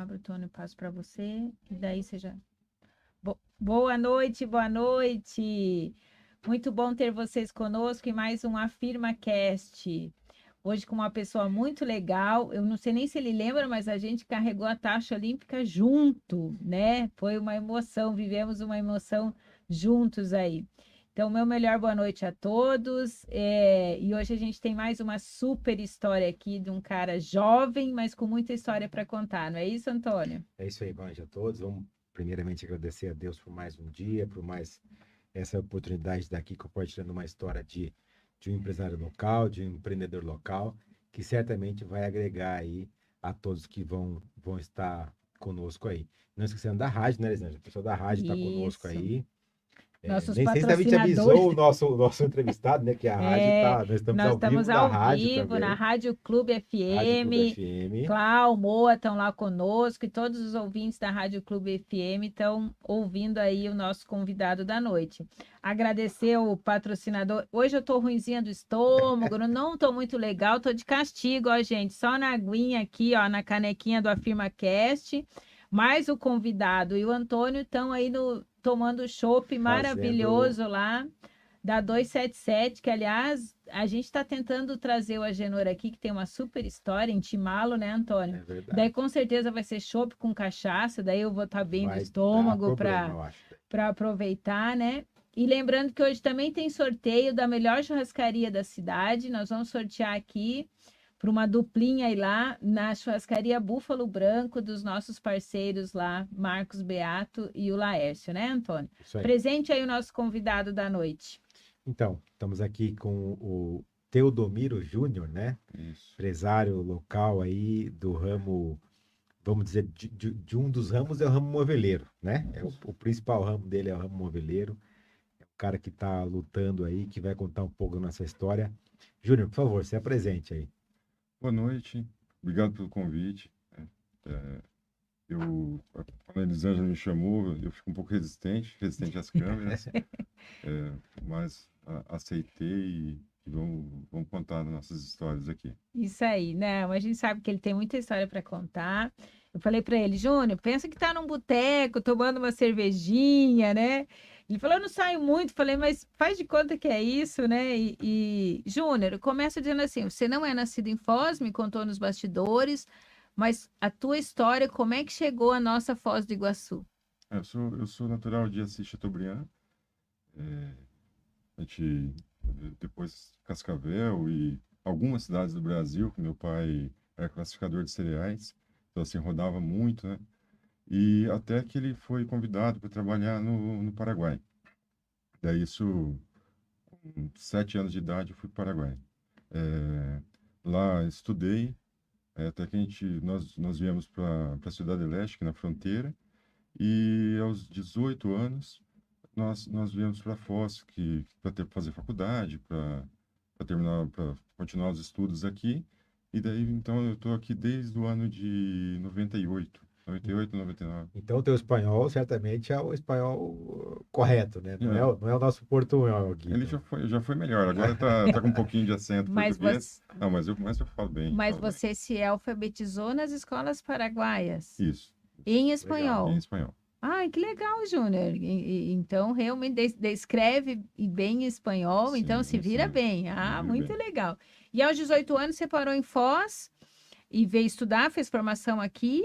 abro, Antônio, passo para você, e daí você já... Boa noite, boa noite! Muito bom ter vocês conosco em mais um AfirmaCast. Hoje com uma pessoa muito legal, eu não sei nem se ele lembra, mas a gente carregou a taxa olímpica junto, né? Foi uma emoção, vivemos uma emoção juntos aí. Então, meu melhor boa noite a todos. E hoje a gente tem mais uma super história aqui de um cara jovem, mas com muita história para contar, não é isso, Antônio? É isso aí, boa noite a todos. Vamos primeiramente agradecer a Deus por mais um dia, por mais essa oportunidade de estar aqui compartilhando uma história de um empresário local, de um empreendedor local, que certamente vai agregar aí a todos que vão estar conosco aí. Não esquecendo da rádio, né, Elisângela? A pessoa da rádio está conosco Isso. aí. Nossos Nem sei se a gente patrocinadores. avisou o nosso entrevistado, né? Que a rádio É, tá. Nós estamos nós ao vivo estamos da ao rádio vivo na também. Rádio Clube Rádio Clube FM. FM. Clau, Moa estão lá conosco e todos os ouvintes da Rádio Clube FM estão ouvindo aí o nosso convidado da noite. Agradecer o patrocinador. Hoje eu estou ruinzinha do estômago, não estou muito legal, estou de castigo, ó, gente. Só na aguinha aqui, ó, na canequinha do AfirmaCast. Mas o convidado e o Antônio estão aí tomando chopp Fazendo. maravilhoso lá da 277, que aliás a gente está tentando trazer o Agenor aqui, que tem uma super história, intimá-lo, né, Antônio? É Daí verdade. com certeza vai ser chopp com cachaça, daí eu vou estar bem do Vai dar estômago problema, para eu acho. aproveitar, né? E lembrando que hoje também tem sorteio da melhor churrascaria da cidade. Nós vamos sortear aqui para uma duplinha aí lá na churrascaria Búfalo Branco dos nossos parceiros lá, Marcos Beato e o Laércio, né, Antônio? Isso aí. Presente aí o nosso convidado da noite. Então, estamos aqui com o Teodomiro Júnior, né? Isso. Empresário local aí do ramo, vamos dizer, de um dos ramos é o ramo moveleiro, né? O principal ramo dele é o ramo moveleiro. É o cara que está lutando aí, que vai contar um pouco da nossa história. Júnior, por favor, se apresente aí. Boa noite, obrigado pelo convite. É, quando a Elisângela me chamou, eu fico um pouco resistente às câmeras, mas aceitei e vamos contar nossas histórias aqui. Isso aí, não, a gente sabe que ele tem muita história para contar. Eu falei para ele, Júnior, pensa que tá num boteco tomando uma cervejinha, né? Ele falou, eu não saio muito. Falei, mas faz de conta que é isso, né? Júnior, começa dizendo assim: você não é nascido em Foz, me contou nos bastidores, mas a tua história, como é que chegou a nossa Foz do Iguaçu? Eu sou natural de Assis Chateaubriand, a gente, depois Cascavel e algumas cidades do Brasil, que meu pai era classificador de cereais, então assim, rodava muito, né? E até que ele foi convidado para trabalhar no Paraguai. Daí isso, com 7 anos de idade, eu fui para o Paraguai. É, lá estudei, até que nós viemos para a Cidade Leste, aqui na fronteira, e aos 18 anos nós viemos para Foz, que para fazer faculdade, para terminar, para continuar os estudos aqui. E daí, então, eu estou aqui desde o ano de 98, 99. Então, o teu espanhol certamente é o espanhol correto, né? Não é o nosso portunhol aqui, Ele então. já foi melhor. Agora tá com um pouquinho de acento Mas português. você, Não, mas eu falo bem. mas Falo bem. você se alfabetizou nas escolas paraguaias, Isso, em Legal. em espanhol. espanhol. Ai, que legal, Júnior. Então, realmente descreve bem espanhol, então se Sim, vira sim. bem. Me Ah, viro muito bem. legal. E aos 18 anos você parou em Foz e veio estudar, fez formação aqui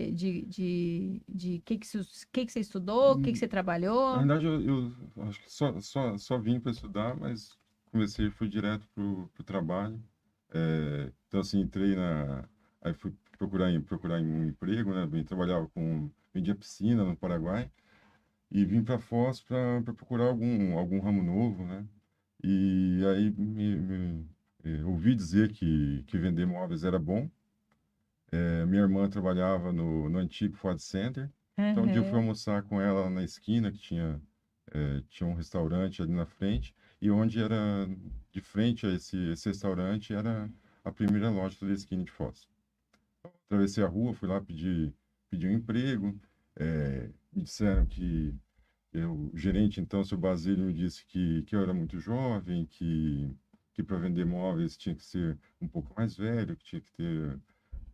de que você estudou, o que Hum, você Na trabalhou. verdade, eu acho que só vim para estudar, mas fui direto pro trabalho. Então, assim, aí fui procurar um emprego, né? Vendia piscina no Paraguai e vim para Foz para procurar algum ramo novo, né? E aí ouvi dizer que vender móveis era bom. Minha irmã trabalhava no antigo Ford Center. Então, um dia eu fui Aham. almoçar com ela na esquina, que tinha um restaurante ali na frente, e onde era de frente a esse restaurante era a primeira loja da esquina de Foz. Atravessei a rua, fui lá pedir um emprego, me disseram o gerente, então, o seu Basílio, me disse que eu era muito jovem, que para vender móveis tinha que ser um pouco mais velho, que tinha que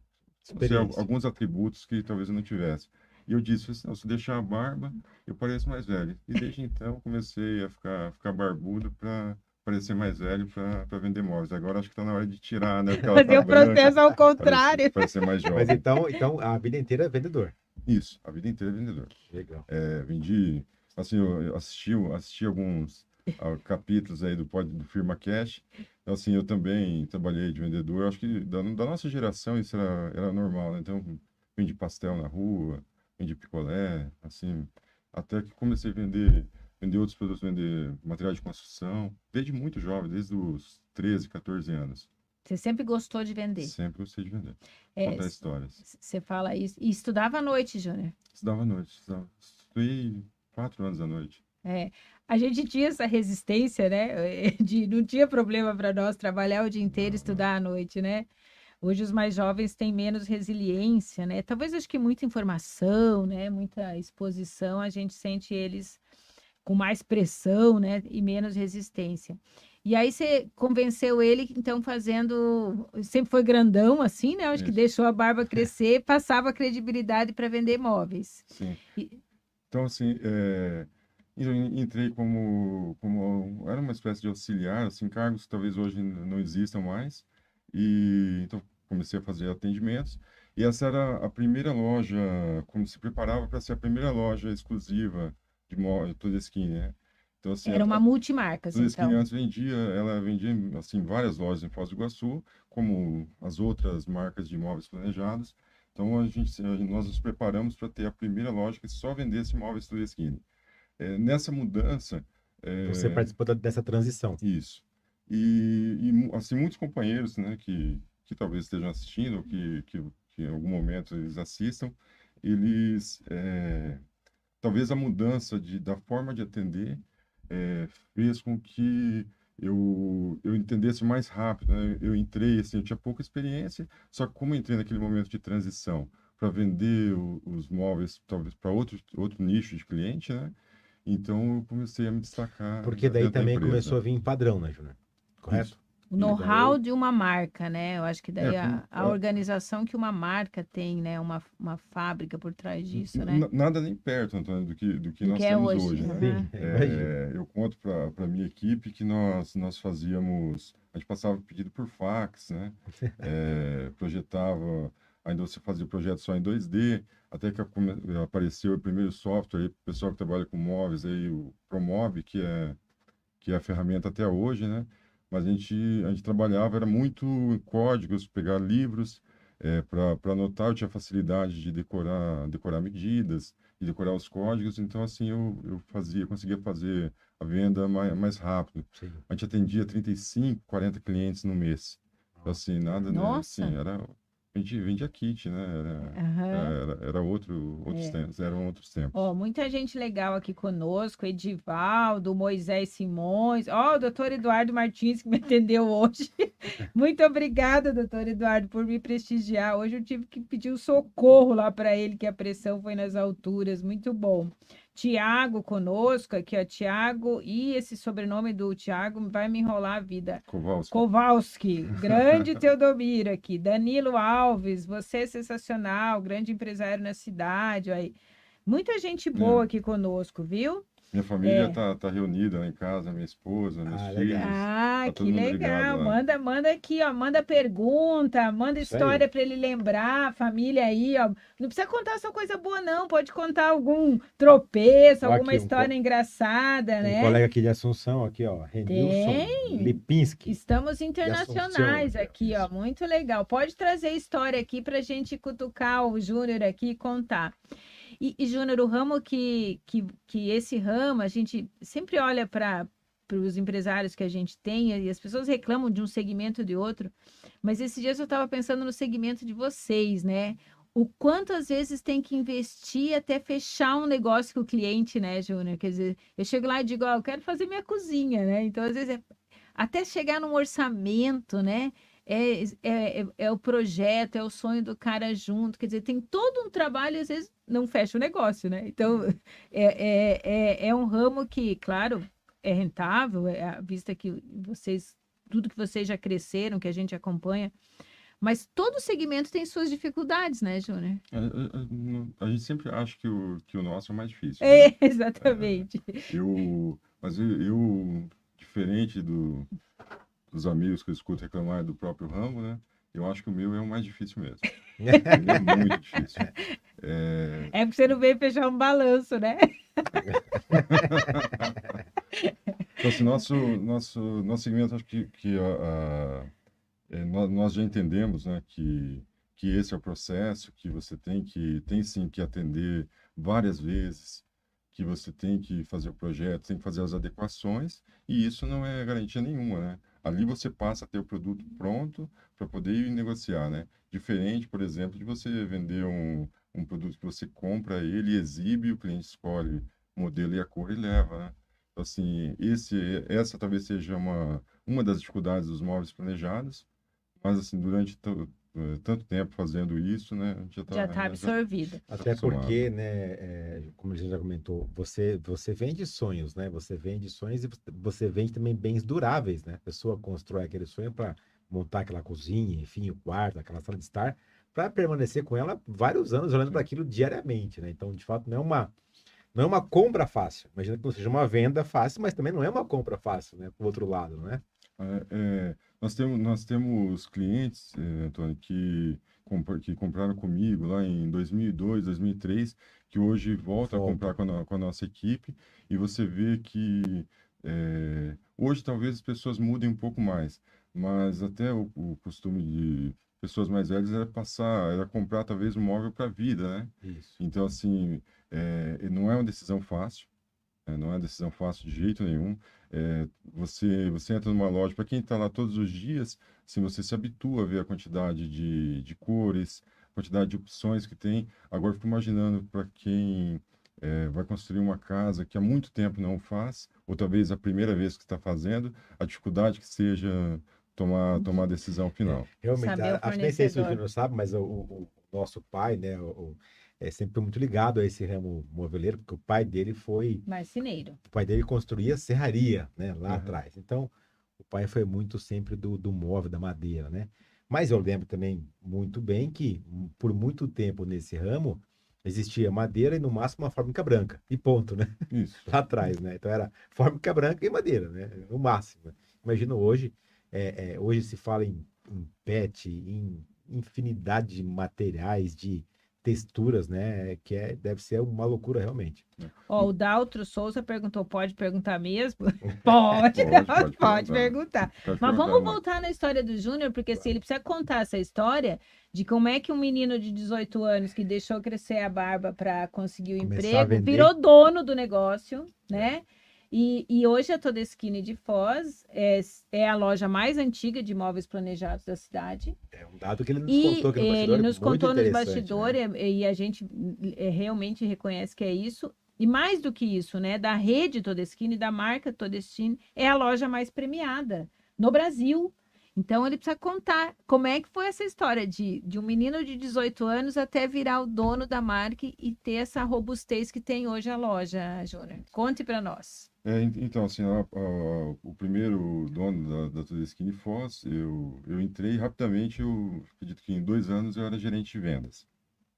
Experiência. alguns atributos que talvez eu não tivesse. E eu disse, não, se deixar a barba, eu pareço mais velho. E desde então comecei a ficar barbudo para parecer mais velho para vender móveis. Agora acho que está na hora de tirar, né? Porque ela Fazer tá o processo branca, ao contrário. parecer mais Mas jovem. então a vida inteira é vendedor. Isso, a vida inteira é vendedor. Legal. Vendi, assim, eu assisti alguns capítulos aí do Firma Cash. Então, assim, eu também trabalhei de vendedor. Eu acho que da nossa geração isso era normal, né? Então, vendi pastel na rua, vendi picolé, assim, até que comecei a vender outros produtos, vender material de construção, desde muito jovem, desde os 13, 14 anos. Você sempre gostou de vender. Sempre gostei de vender, É, contar histórias. você fala isso. E estudava à noite, Júnior. Estudava à noite, estudei 4 anos à noite. É, a gente tinha essa resistência, né? Não tinha problema para nós trabalhar o dia inteiro e estudar à noite, né? Hoje os mais jovens têm menos resiliência, né? Talvez acho que muita informação, né? Muita exposição, a gente sente eles com mais pressão, né? E menos resistência. E aí você convenceu ele, então, fazendo. Sempre foi grandão, assim, né? Acho que Isso. deixou a barba crescer, passava credibilidade para vender móveis. Sim. E- Então, assim, eu entrei era uma espécie de auxiliar, assim, cargos que talvez hoje não existam mais. E então comecei a fazer atendimentos. E essa era a primeira loja, como se preparava para ser a primeira loja exclusiva de Todeschini, né? Então, assim, Era uma multimarcas, Todeschini então. antes ela vendia, assim, várias lojas em Foz do Iguaçu, como as outras marcas de imóveis planejados. Então, nós nos preparamos para ter a primeira loja que só vendesse imóveis Todeschini. Nessa mudança, Você participou dessa transição. isso. Assim, muitos companheiros, né, que talvez estejam assistindo, ou que em algum momento eles assistam, eles, talvez a mudança da forma de atender fez com que eu entendesse mais rápido, né? Eu entrei, assim, eu tinha pouca experiência, só que como eu entrei naquele momento de transição para vender os móveis, talvez para outro nicho de cliente, né? Então eu comecei a me destacar Porque daí dentro da também empresa. começou a vir em padrão, né, Júnior? Correto? Isso. O E know-how daí de uma marca, né? Eu acho que daí a é, organização que uma marca tem, né? Uma fábrica por trás disso, né? nada nem perto, Antônio, do que Do nós que é temos hoje. hoje, né? Aham. Sim, imagino. Eu conto para a minha equipe que nós fazíamos, a gente passava pedido por fax, né? Projetava, ainda você fazia o projeto só em 2D, até que apareceu o primeiro software aí, para o pessoal que trabalha com móveis, aí, o Promob, que é a ferramenta até hoje, né? Mas a gente trabalhava, era muito em códigos, pegar livros para anotar, eu tinha facilidade de decorar medidas, de decorar os códigos, então assim conseguia fazer a venda mais rápido. Sim. A gente atendia 35, 40 clientes no mês. Então, assim, nada, né? Nossa! Assim, a gente vendia kit, né? Aham. Era outros tempos, eram outros tempos. Ó, muita gente legal aqui conosco, Edivaldo, Moisés Simões, ó, o doutor Eduardo Martins, que me atendeu hoje. Muito obrigada, doutor Eduardo, por me prestigiar. Hoje eu tive que pedir um socorro lá para ele, que a pressão foi nas alturas. Muito bom. Tiago conosco aqui, ó, Tiago, e esse sobrenome do Tiago vai me enrolar a vida. Kowalski. Kowalski, grande Teodomiro aqui. Danilo Alves, você é sensacional, grande empresário na cidade. Aí. Muita gente boa aqui conosco, viu? Minha família tá reunida lá em casa, minha esposa, meus filhos. legal. Ah, Tá todo que mundo ligado legal. lá. Manda aqui, ó. Manda pergunta, manda Isso história aí. para ele lembrar, a família aí, ó. Não precisa contar só coisa boa, não. Pode contar algum tropeço, Ó, alguma aqui, história engraçada, Um né? colega aqui de Assunção, aqui, ó, Renilson Tem. Lipinski. Estamos internacionais Assunção, aqui, ó. isso. Muito legal. Pode trazer história aqui para a gente cutucar o Júnior aqui e contar. E Júnior, o ramo que esse ramo, a gente sempre olha para os empresários que a gente tem e as pessoas reclamam de um segmento de outro, mas esses dias eu estava pensando no segmento de vocês, né? O quanto às vezes tem que investir até fechar um negócio com o cliente, né, Júnior? Quer dizer, eu chego lá e digo, ó, eu quero fazer minha cozinha, né? Então, às vezes, até chegar num orçamento, né? É o projeto, é o sonho do cara junto, quer dizer, tem todo um trabalho e às vezes não fecha o negócio, né? Então, é um ramo que, claro, é rentável, à vista que vocês, tudo que vocês já cresceram, que a gente acompanha, Mas todo segmento tem suas dificuldades, né, Júnior? A gente sempre acha que o nosso é mais difícil, né? É, exatamente. Mas eu, diferente dos amigos que eu escuto reclamar do próprio ramo, né? Eu acho que o meu é o mais difícil mesmo. Ele é muito difícil. É porque você não veio fechar um balanço, né? Então, assim, nosso segmento, acho que nós já entendemos, né, que esse é o processo, que você tem sim que atender várias vezes, que você tem que fazer o projeto, tem que fazer as adequações, e isso não é garantia nenhuma, né? Ali você passa a ter o produto pronto para poder ir negociar, né? Diferente, por exemplo, de você vender um produto que você compra ele, exibe, o cliente escolhe o modelo e a cor e leva, né? Então, assim, essa talvez seja uma das dificuldades dos móveis planejados, mas, assim, durante tanto tempo fazendo isso, né, a gente Já está absorvido. Até acostumado. porque, né, como a gente já comentou, você vende sonhos, né? Você vende sonhos e você vende também bens duráveis, né? A pessoa constrói aquele sonho para montar aquela cozinha, enfim, o quarto, aquela sala de estar, para permanecer com ela vários anos olhando para aquilo diariamente, né? Então, de fato, não é uma compra fácil. Imagina que não seja uma venda fácil, mas também não é uma compra fácil, né? Pro outro lado, não é? Nós temos clientes, Antônio, que compraram comigo lá em 2002, 2003, que hoje voltam a Volta. comprar com a nossa equipe, e você vê que hoje talvez as pessoas mudem um pouco mais, mas até o costume de pessoas mais velhas era comprar talvez um móvel para a vida, né? Isso. Então, assim, não é uma decisão fácil. Não é uma decisão fácil de jeito nenhum. Você entra numa loja, para quem está lá todos os dias, assim, você se habitua a ver a quantidade de cores, quantidade de opções que tem. Agora, eu fico imaginando para quem vai construir uma casa que há muito tempo não faz, ou talvez a primeira vez que está fazendo, a dificuldade que seja tomar a decisão final. Realmente, Saber o acho que nem sei se o fornecedor. Júnior sabe, mas o nosso pai, né, é sempre muito ligado a esse ramo moveleiro, porque Marceneiro. o pai dele construía serraria, né, lá Uhum. atrás. Então, o pai foi muito sempre do móvel, da madeira, né? Mas eu lembro também muito bem que, por muito tempo nesse ramo, existia madeira e no máximo uma fórmica branca, e ponto, né? Isso. Lá atrás, né? Então era fórmica branca e madeira, né? No máximo. Imagina hoje, hoje se fala em PET, em infinidade de materiais, de texturas, né? Deve ser uma loucura realmente. Ó, o Daltro Souza perguntou, pode perguntar mesmo? Pode, pode perguntar. Pode Mas perguntar, vamos né? voltar na história do Júnior, porque assim, ele precisa contar essa história de como é que um menino de 18 anos que deixou crescer a barba para conseguir o Começar a emprego, vender. virou dono do negócio, né? E hoje a Todeskine de Foz é a loja mais antiga de móveis planejados da cidade. É um dado que ele nos E contou aqui no ele bastidor, nos muito contou nos interessante, bastidores, né? e a gente realmente reconhece que é isso. E mais do que isso, né? Da rede Todeskine, da marca Todeskine, é a loja mais premiada no Brasil. Então ele precisa contar como é que foi essa história de um menino de 18 anos até virar o dono da marca e ter essa robustez que tem hoje a loja, Júnior. Conte para nós. Então, assim, o primeiro dono da Todeskine Foz, eu entrei rapidamente, eu acredito que em 2 anos eu era gerente de vendas.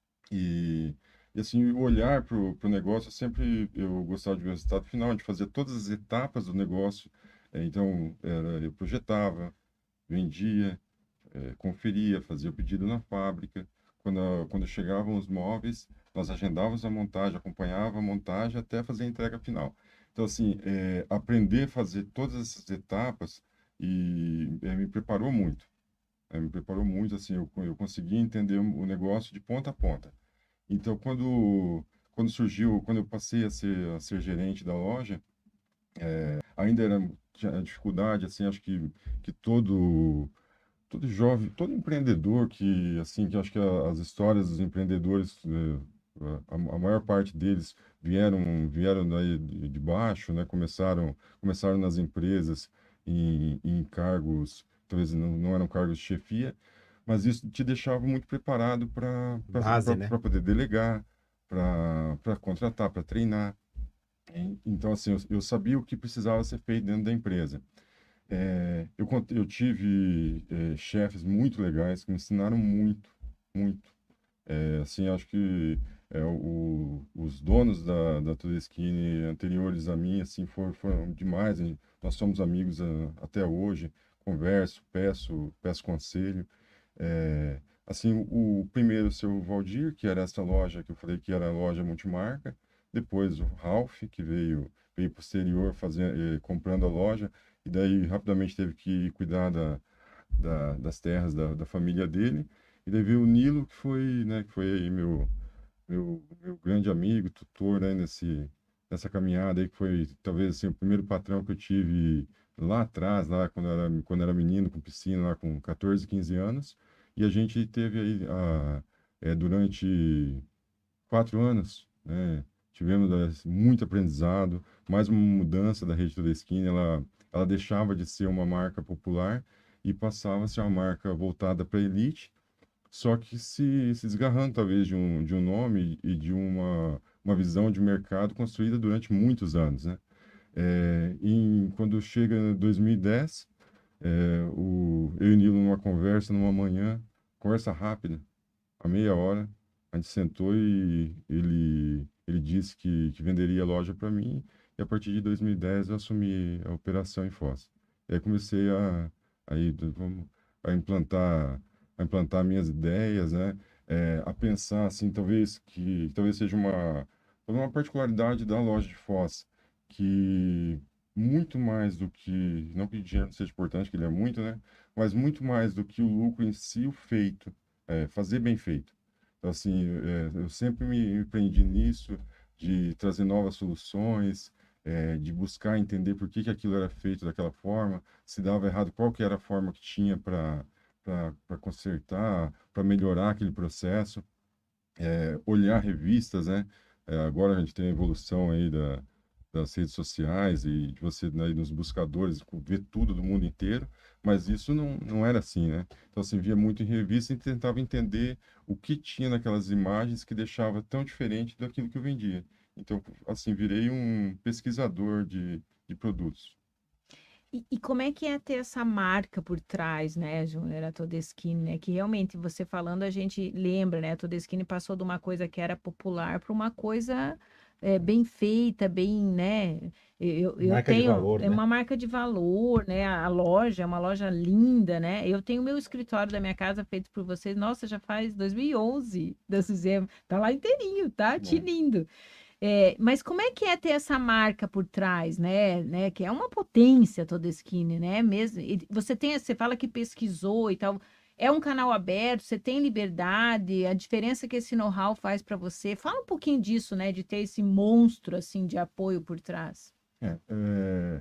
E assim, o olhar para o negócio, eu gostava de ver o resultado final, de fazer todas as etapas do negócio. Então, eu projetava, vendia, conferia, fazia o pedido na fábrica. Quando chegavam os móveis, nós agendávamos a montagem, acompanhava a montagem até fazer a entrega final. Então, assim, aprender a fazer todas essas etapas me preparou muito. Me preparou muito, assim, eu consegui entender o negócio de ponta a ponta. Então, quando eu passei a ser gerente da loja, ainda tinha dificuldade, assim, acho que todo jovem, todo empreendedor que acho que as histórias dos empreendedores, a maior parte deles vieram daí de baixo, né? Começaram nas empresas em cargos, talvez não eram cargos de chefia, mas isso te deixava muito preparado para Base, né? poder delegar, para contratar, para treinar. Então, assim, eu sabia o que precisava ser feito dentro da empresa. Eu tive chefes muito legais que me ensinaram muito, muito. Assim, acho que os donos da Todeschini anteriores a mim, assim, foram demais. Nós somos amigos até hoje. Converso, peço conselho. Assim, o primeiro, o seu Valdir, que era essa loja que eu falei que era a loja multimarca. Depois o Ralph, que veio posterior comprando a loja. E daí rapidamente teve que cuidar das terras da família dele. E daí veio o Nilo, que foi, né, que foi aí meu grande amigo, tutor, né, nessa caminhada aí, que foi talvez assim, o primeiro patrão que eu tive lá atrás, lá quando era menino, com piscina, lá com 14, 15 anos. E a gente teve aí, durante 4 anos, né, tivemos muito aprendizado, mais uma mudança da rede Todeschini, ela deixava de ser uma marca popular e passava a ser uma marca voltada para a elite, só que se desgarrando talvez de um nome e de uma visão de mercado construída durante muitos anos, né? Quando chega em 2010, eu e o Nilo numa conversa, numa manhã, conversa rápida, a meia hora, a gente sentou e ele disse que venderia a loja para mim, e a partir de 2010 eu assumi a operação em Foz. E aí comecei vamos, a implantar, a implantar minhas ideias, né? A pensar assim, talvez seja uma particularidade da loja de Foz, que muito mais do que, não que o dinheiro não seja importante, que ele é muito, né? Mas muito mais do que o lucro em si, o feito, fazer bem feito. Então, assim, eu sempre me prendi nisso, de trazer novas soluções, de buscar entender por que aquilo era feito daquela forma, se dava errado, qual que era a forma que tinha para consertar, para melhorar aquele processo, olhar revistas, né? Agora a gente tem a evolução aí das redes sociais e de você, né, ir nos buscadores, ver tudo do mundo inteiro, mas isso não era assim, né? Então, assim, via muito em revista e tentava entender o que tinha naquelas imagens que deixava tão diferente daquilo que eu vendia. Então, assim, virei um pesquisador de produtos. E como é que é ter essa marca por trás, né, Júnior, a Todeschini, né? Que realmente você falando a gente lembra, né? A Todeschini passou de uma coisa que era popular para uma coisa bem feita, bem, né? Eu Marca de tenho valor, né? uma marca de valor, né? A loja é uma loja linda, né? Eu tenho meu escritório da minha casa feito por vocês. Nossa, já faz 2011 nós fizemos. Tá lá inteirinho, tá? Bom, Tinindo. Mas como é que é ter essa marca por trás, né? Que é uma potência toda Skinny, né? Mesmo. E você fala que pesquisou e tal. É um canal aberto, você tem liberdade, a diferença que esse know-how faz para você. Fala um pouquinho disso, né? De ter esse monstro assim de apoio por trás. é, é,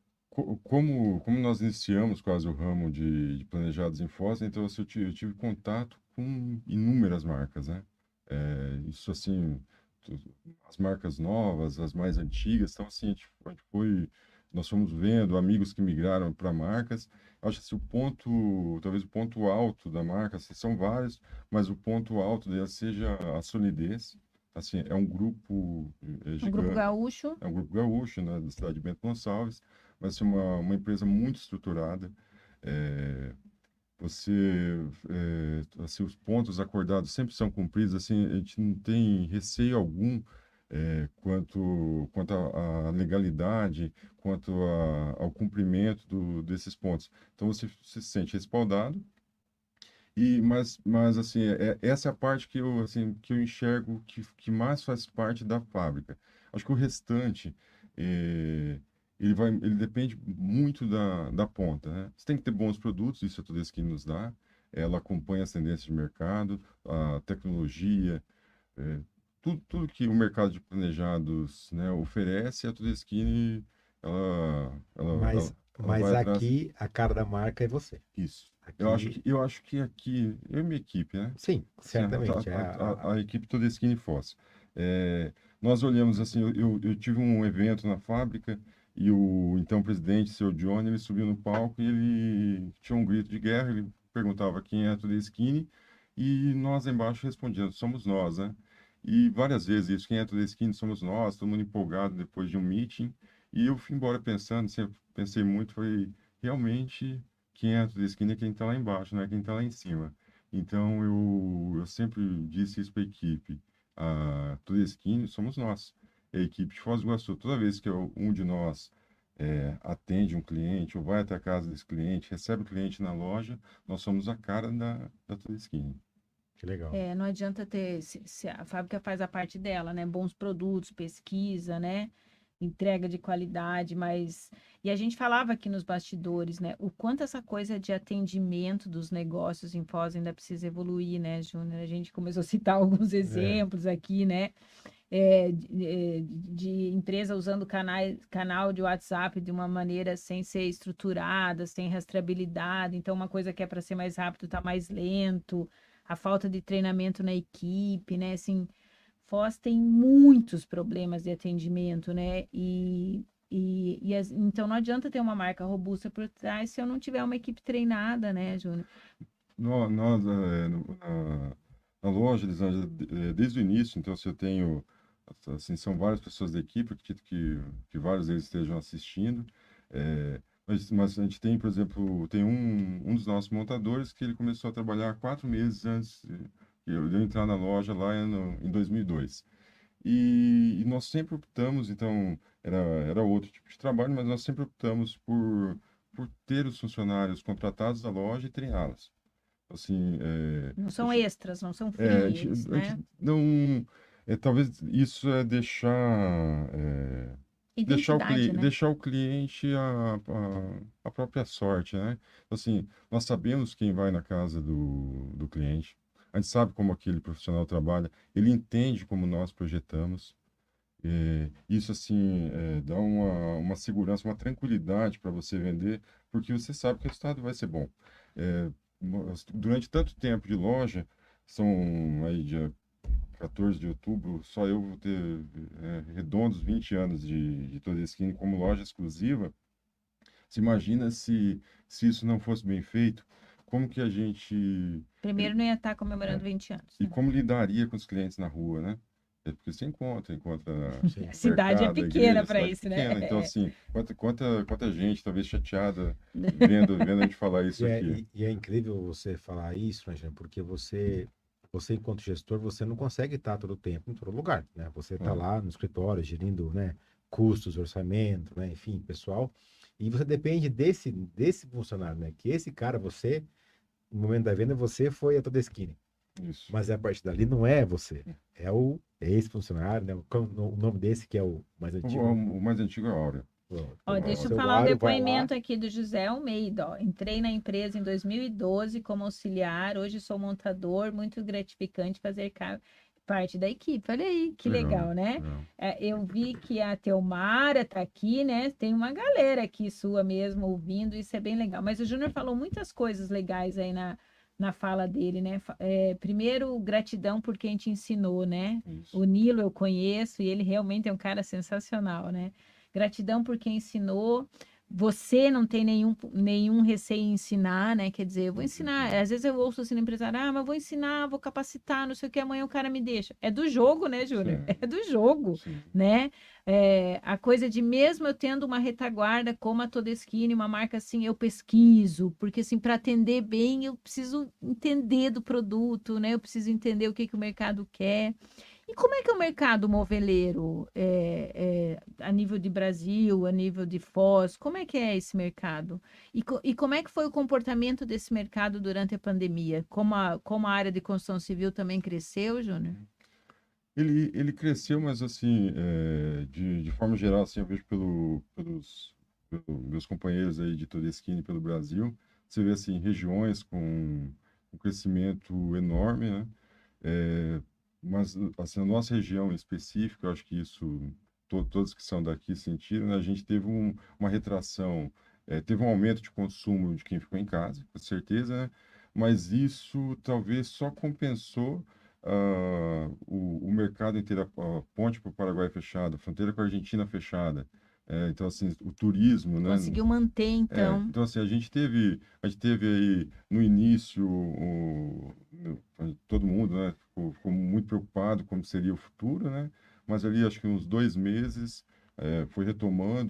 como nós iniciamos quase o ramo de planejados em Foz, então assim, eu tive contato com inúmeras marcas, né? Isso assim, tu- as marcas novas, as mais antigas, então assim, nós fomos vendo amigos que migraram para marcas. Acho que assim, talvez o ponto alto da marca, assim, são vários, mas o ponto alto dela seja a solidez. Assim, é um grupo Um grupo gigante, gaúcho. é um grupo gaúcho, né, da cidade de Bento Gonçalves, vai ser uma empresa muito estruturada. É, assim, os pontos acordados sempre são cumpridos, assim, a gente não tem receio algum quanto à legalidade, ao cumprimento desses pontos. Então, você se sente respaldado, mas assim, essa é a parte que eu enxergo que mais faz parte da fábrica. Acho que o restante, é, ele depende muito da ponta, né? Você tem que ter bons produtos, isso é tudo isso que nos dá. Ela acompanha as tendências de mercado, a tecnologia, é, tudo que o mercado de planejados, né, oferece, a Tudeskine, Mas, ela vai mas atrás. aqui a cara da marca é você. Isso. Aqui, Eu acho que aqui, eu e minha equipe, né? sim, Assim, certamente. a equipe toda Skinny Foz. Nós olhamos assim, eu tive um evento na fábrica e o então presidente, seu Johnny, ele subiu no palco e ele tinha um grito de guerra, ele perguntava quem é toda Skinny e nós lá embaixo respondíamos, somos nós, né? E várias vezes isso, quem é toda Skinny somos nós, todo mundo empolgado depois de um meeting. E eu fui embora pensando, sempre pensei muito, foi realmente quem é a toda esquina é quem está lá embaixo, não é quem está lá em cima. Então, eu sempre disse isso para a equipe. A toda esquina somos nós. É a equipe de Foz do Iguaçu. Toda vez que um de nós atende um cliente ou vai até a casa desse cliente, recebe o cliente na loja, nós somos a cara da toda esquina. Que legal. Não adianta ter, se a fábrica faz a parte dela, né? Bons produtos, pesquisa, né? Entrega de qualidade, mas. E a gente falava aqui nos bastidores, né? O quanto essa coisa de atendimento dos negócios em Foz ainda precisa evoluir, né, Júnior? A gente começou a citar alguns É, exemplos aqui, né? De empresa usando canal de WhatsApp de uma maneira sem ser estruturada, sem rastreabilidade. Então, uma coisa que é para ser mais rápido está mais lento, a falta de treinamento na equipe, né? Assim, Foz tem muitos problemas de atendimento, né? Então não adianta ter uma marca robusta por trás se eu não tiver uma equipe treinada, né, Júnior? Nós, na loja, Elisângela, desde o início, então, se eu tenho, assim, são várias pessoas da equipe, acredito que vários deles estejam assistindo, mas a gente tem, por exemplo, tem um dos nossos montadores que ele começou a trabalhar 4 meses antes de eu entrar na loja lá em 2002. E nós sempre optamos, então, era outro tipo de trabalho, mas nós sempre optamos por ter os funcionários contratados da loja e treiná-los. Assim, Não a são gente, extras, não são é, free eles, a gente né? não, talvez isso é Identidade, né? deixar o cliente a própria sorte, né? Assim, nós sabemos quem vai na casa do cliente, a gente sabe como aquele profissional trabalha, ele entende como nós projetamos, isso, assim, dá uma segurança, uma tranquilidade para você vender, porque você sabe que o resultado vai ser bom. É, Durante tanto tempo de loja, são aí dia 14 de outubro, só eu vou ter redondos 20 anos de Toda Skin como loja exclusiva. Você imagina se isso não fosse bem feito, como que a gente... Primeiro não ia estar comemorando é, 20 anos, e né? como lidaria com os clientes na rua, né? Porque você encontra A sim. o cidade é mercado, a pequena igreja, a para cidade isso, né? pequena. Então, assim, quanta gente talvez chateada vendo a gente falar isso aqui. E é incrível você falar isso, né, Jean, porque você, enquanto gestor, você não consegue estar todo o tempo em todo lugar, né? Você está Claro. lá no escritório, gerindo, né, custos, orçamento, né, enfim, pessoal, e você depende desse funcionário, né? Que esse cara, você, no momento da venda, você foi a toda esquina. Isso. Mas a partir dali não é você, é esse funcionário, né? O nome desse que é o mais antigo, né? O mais antigo é a Áurea. Pronto. Ó, A O deixa eu Áurea. seu falar um Aro vai lá. depoimento aqui do José Almeida. Ó. Entrei na empresa em 2012 como auxiliar, hoje sou montador, muito gratificante fazer parte da equipe. Olha aí, que Legal, legal, né? legal. Eu vi que a Teomara tá aqui, né? Tem uma galera aqui sua mesmo ouvindo, isso é bem legal. Mas o Júnior falou muitas coisas legais aí na fala dele, né? Primeiro, gratidão por quem te ensinou, né? Isso. O Nilo eu conheço e ele realmente é um cara sensacional, né? Gratidão por quem ensinou. Você não tem nenhum receio em ensinar, né? Quer dizer, eu vou ensinar. Às vezes eu ouço assim no empresário, mas vou ensinar, vou capacitar, não sei o que, amanhã o cara me deixa. É do jogo, né, Júnior? Sim, É do jogo, sim. né? A coisa de mesmo eu tendo uma retaguarda como a Todeschini, uma marca assim, eu pesquiso, porque assim, para atender bem, eu preciso entender do produto, né? Eu preciso entender o que o mercado quer. E como é que é o mercado moveleiro a nível de Brasil, a nível de Foz? Como é que é esse mercado? E como é que foi o comportamento desse mercado durante a pandemia? Como a área de construção civil também cresceu, Júnior? Ele cresceu, mas assim, de forma geral, assim, eu vejo pelos meus companheiros aí de toda a esquina e pelo Brasil, você vê assim, regiões com um crescimento enorme, né? É, mas assim, a nossa região em específico, eu acho que isso todos que são daqui sentiram, né? A gente teve uma retração, teve um aumento de consumo de quem ficou em casa, com certeza, né? Mas isso talvez só compensou o mercado inteiro, a ponte para o Paraguai fechada, a fronteira com a Argentina fechada. Então, assim, o turismo, né? Conseguiu manter, então. Então, assim, a gente teve aí no início, todo mundo, né, ficou muito preocupado como seria o futuro, né? Mas ali, acho que uns 2 meses, foi retomando.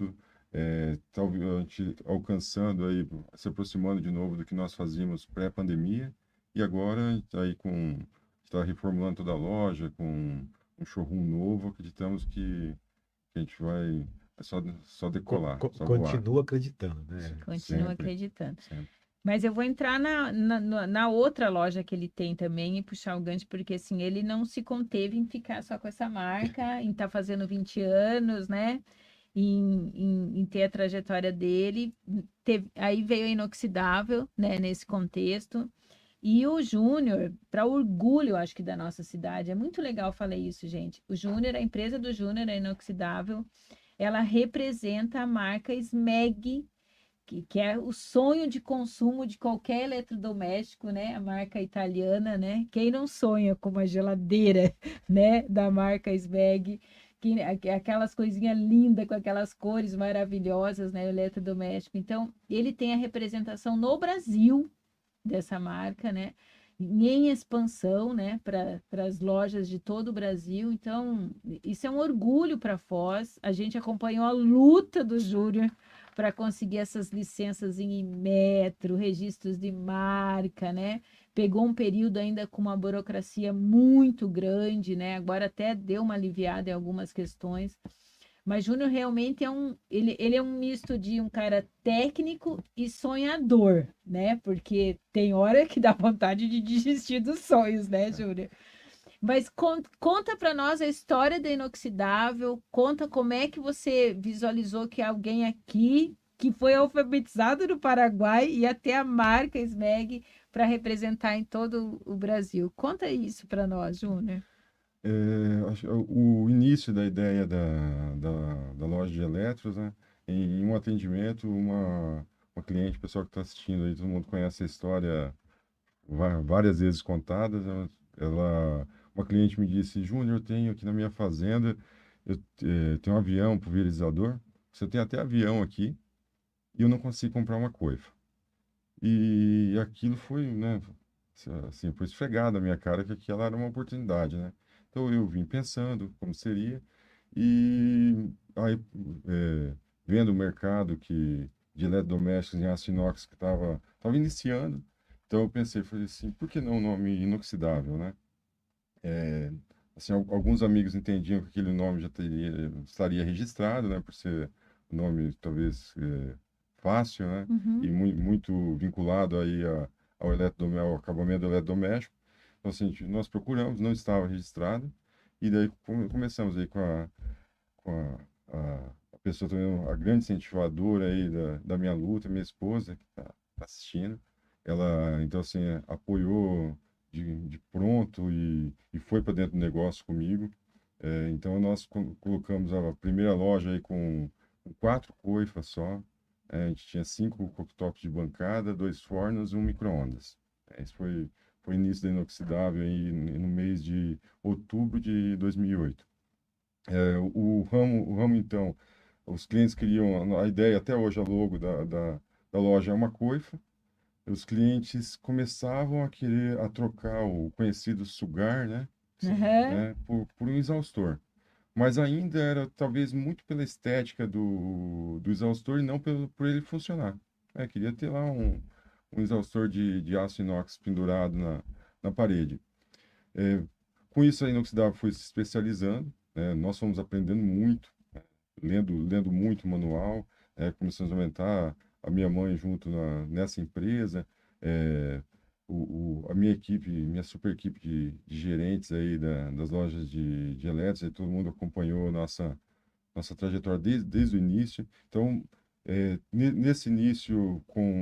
talvez a gente alcançando aí, se aproximando de novo do que nós fazíamos pré-pandemia, e agora aí está reformulando toda a loja, com um showroom novo, acreditamos que a gente vai só decolar, só voar. Continua acreditando, né? Continua Sempre, acreditando. sempre. Mas eu vou entrar na outra loja que ele tem também e puxar o gancho, porque assim, ele não se conteve em ficar só com essa marca, em estar fazendo 20 anos, né? Em ter a trajetória dele. Aí veio a Inoxidável, né, nesse contexto. E o Júnior, para orgulho, acho que, da nossa cidade, é muito legal falar isso, gente. O Júnior, a empresa do Júnior, a Inoxidável, ela representa a marca Smeg, que é o sonho de consumo de qualquer eletrodoméstico, né? A marca italiana, né? Quem não sonha com uma geladeira, né? Da marca Smeg, aquelas coisinhas lindas com aquelas cores maravilhosas, né? O eletrodoméstico. Então, ele tem a representação no Brasil dessa marca, né? Em expansão, né, para as lojas de todo o Brasil. Então, isso é um orgulho para Foz. A gente acompanhou a luta do Júnior para conseguir essas licenças em metro, registros de marca, né? Pegou um período ainda com uma burocracia muito grande, né? Agora até deu uma aliviada em algumas questões. Mas Júnior realmente ele é um misto de um cara técnico e sonhador, né? Porque tem hora que dá vontade de desistir dos sonhos, né, Júnior? Mas conta para nós a história da Inoxidável, conta como é que você visualizou que alguém aqui que foi alfabetizado no Paraguai e até a marca Smeg para representar em todo o Brasil. Conta isso para nós, Júnior. O início da ideia da loja de eletros, né? Em um atendimento, uma cliente, pessoal que está assistindo aí, todo mundo conhece a história várias vezes contadas. Uma cliente me disse: Júnior, eu tenho aqui na minha fazenda, tenho um avião pulverizador. Você tem até avião aqui e eu não consigo comprar uma coifa. E aquilo foi, né? Assim, foi esfregado na minha cara que aquilo era uma oportunidade, né? Então eu vim pensando como seria e aí vendo o mercado de eletrodomésticos em aço inox que estava iniciando, então eu pensei, falei assim, por que não o nome inoxidável, né? Assim, alguns amigos entendiam que aquele nome estaria registrado, né? Por ser um nome talvez fácil, né? E Uhum. muito vinculado aí ao acabamento do eletrodoméstico. Então, assim, nós procuramos, não estava registrado, e daí começamos aí com a pessoa também, a grande incentivadora aí da minha luta, minha esposa, que está assistindo. Ela, então, assim, apoiou de pronto e foi para dentro do negócio comigo. Então, nós colocamos a primeira loja aí com 4 coifas só. A gente tinha 5 cooktops de bancada, 2 fornos e um micro-ondas. Esse foi o início da Inoxidável aí no mês de outubro de 2008. O ramo, então, os clientes queriam, a ideia, até hoje, a logo da loja é uma coifa. Os clientes começavam a querer a trocar o conhecido sugar, né? Uhum. Por um exaustor. Mas ainda era talvez muito pela estética do exaustor e não por ele funcionar. Queria ter lá um exaustor de aço inox pendurado na parede. É, com isso, a Inoxidável foi se especializando, né? Nós fomos aprendendo muito, lendo muito manual, começamos a aumentar a minha mãe junto nessa empresa, é, a minha equipe, minha super equipe de gerentes aí das lojas de eletros, aí todo mundo acompanhou nossa trajetória desde o início. Então, nesse início,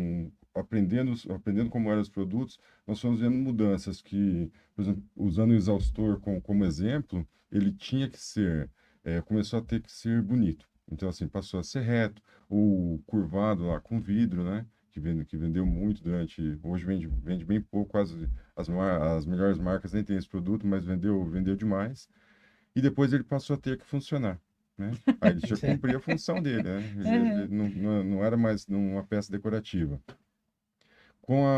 aprendendo como eram os produtos, nós fomos vendo mudanças que, por exemplo, usando o exaustor como exemplo, ele tinha que ser, começou a ter que ser bonito. Então, assim, passou a ser reto, ou curvado lá com vidro, né? Que vendeu muito hoje vende bem pouco, as melhores marcas nem tem esse produto, mas vendeu demais. E depois ele passou a ter que funcionar, né? Aí ele tinha que cumprir a função dele, né? Ele Uhum. não era mais uma peça decorativa. Com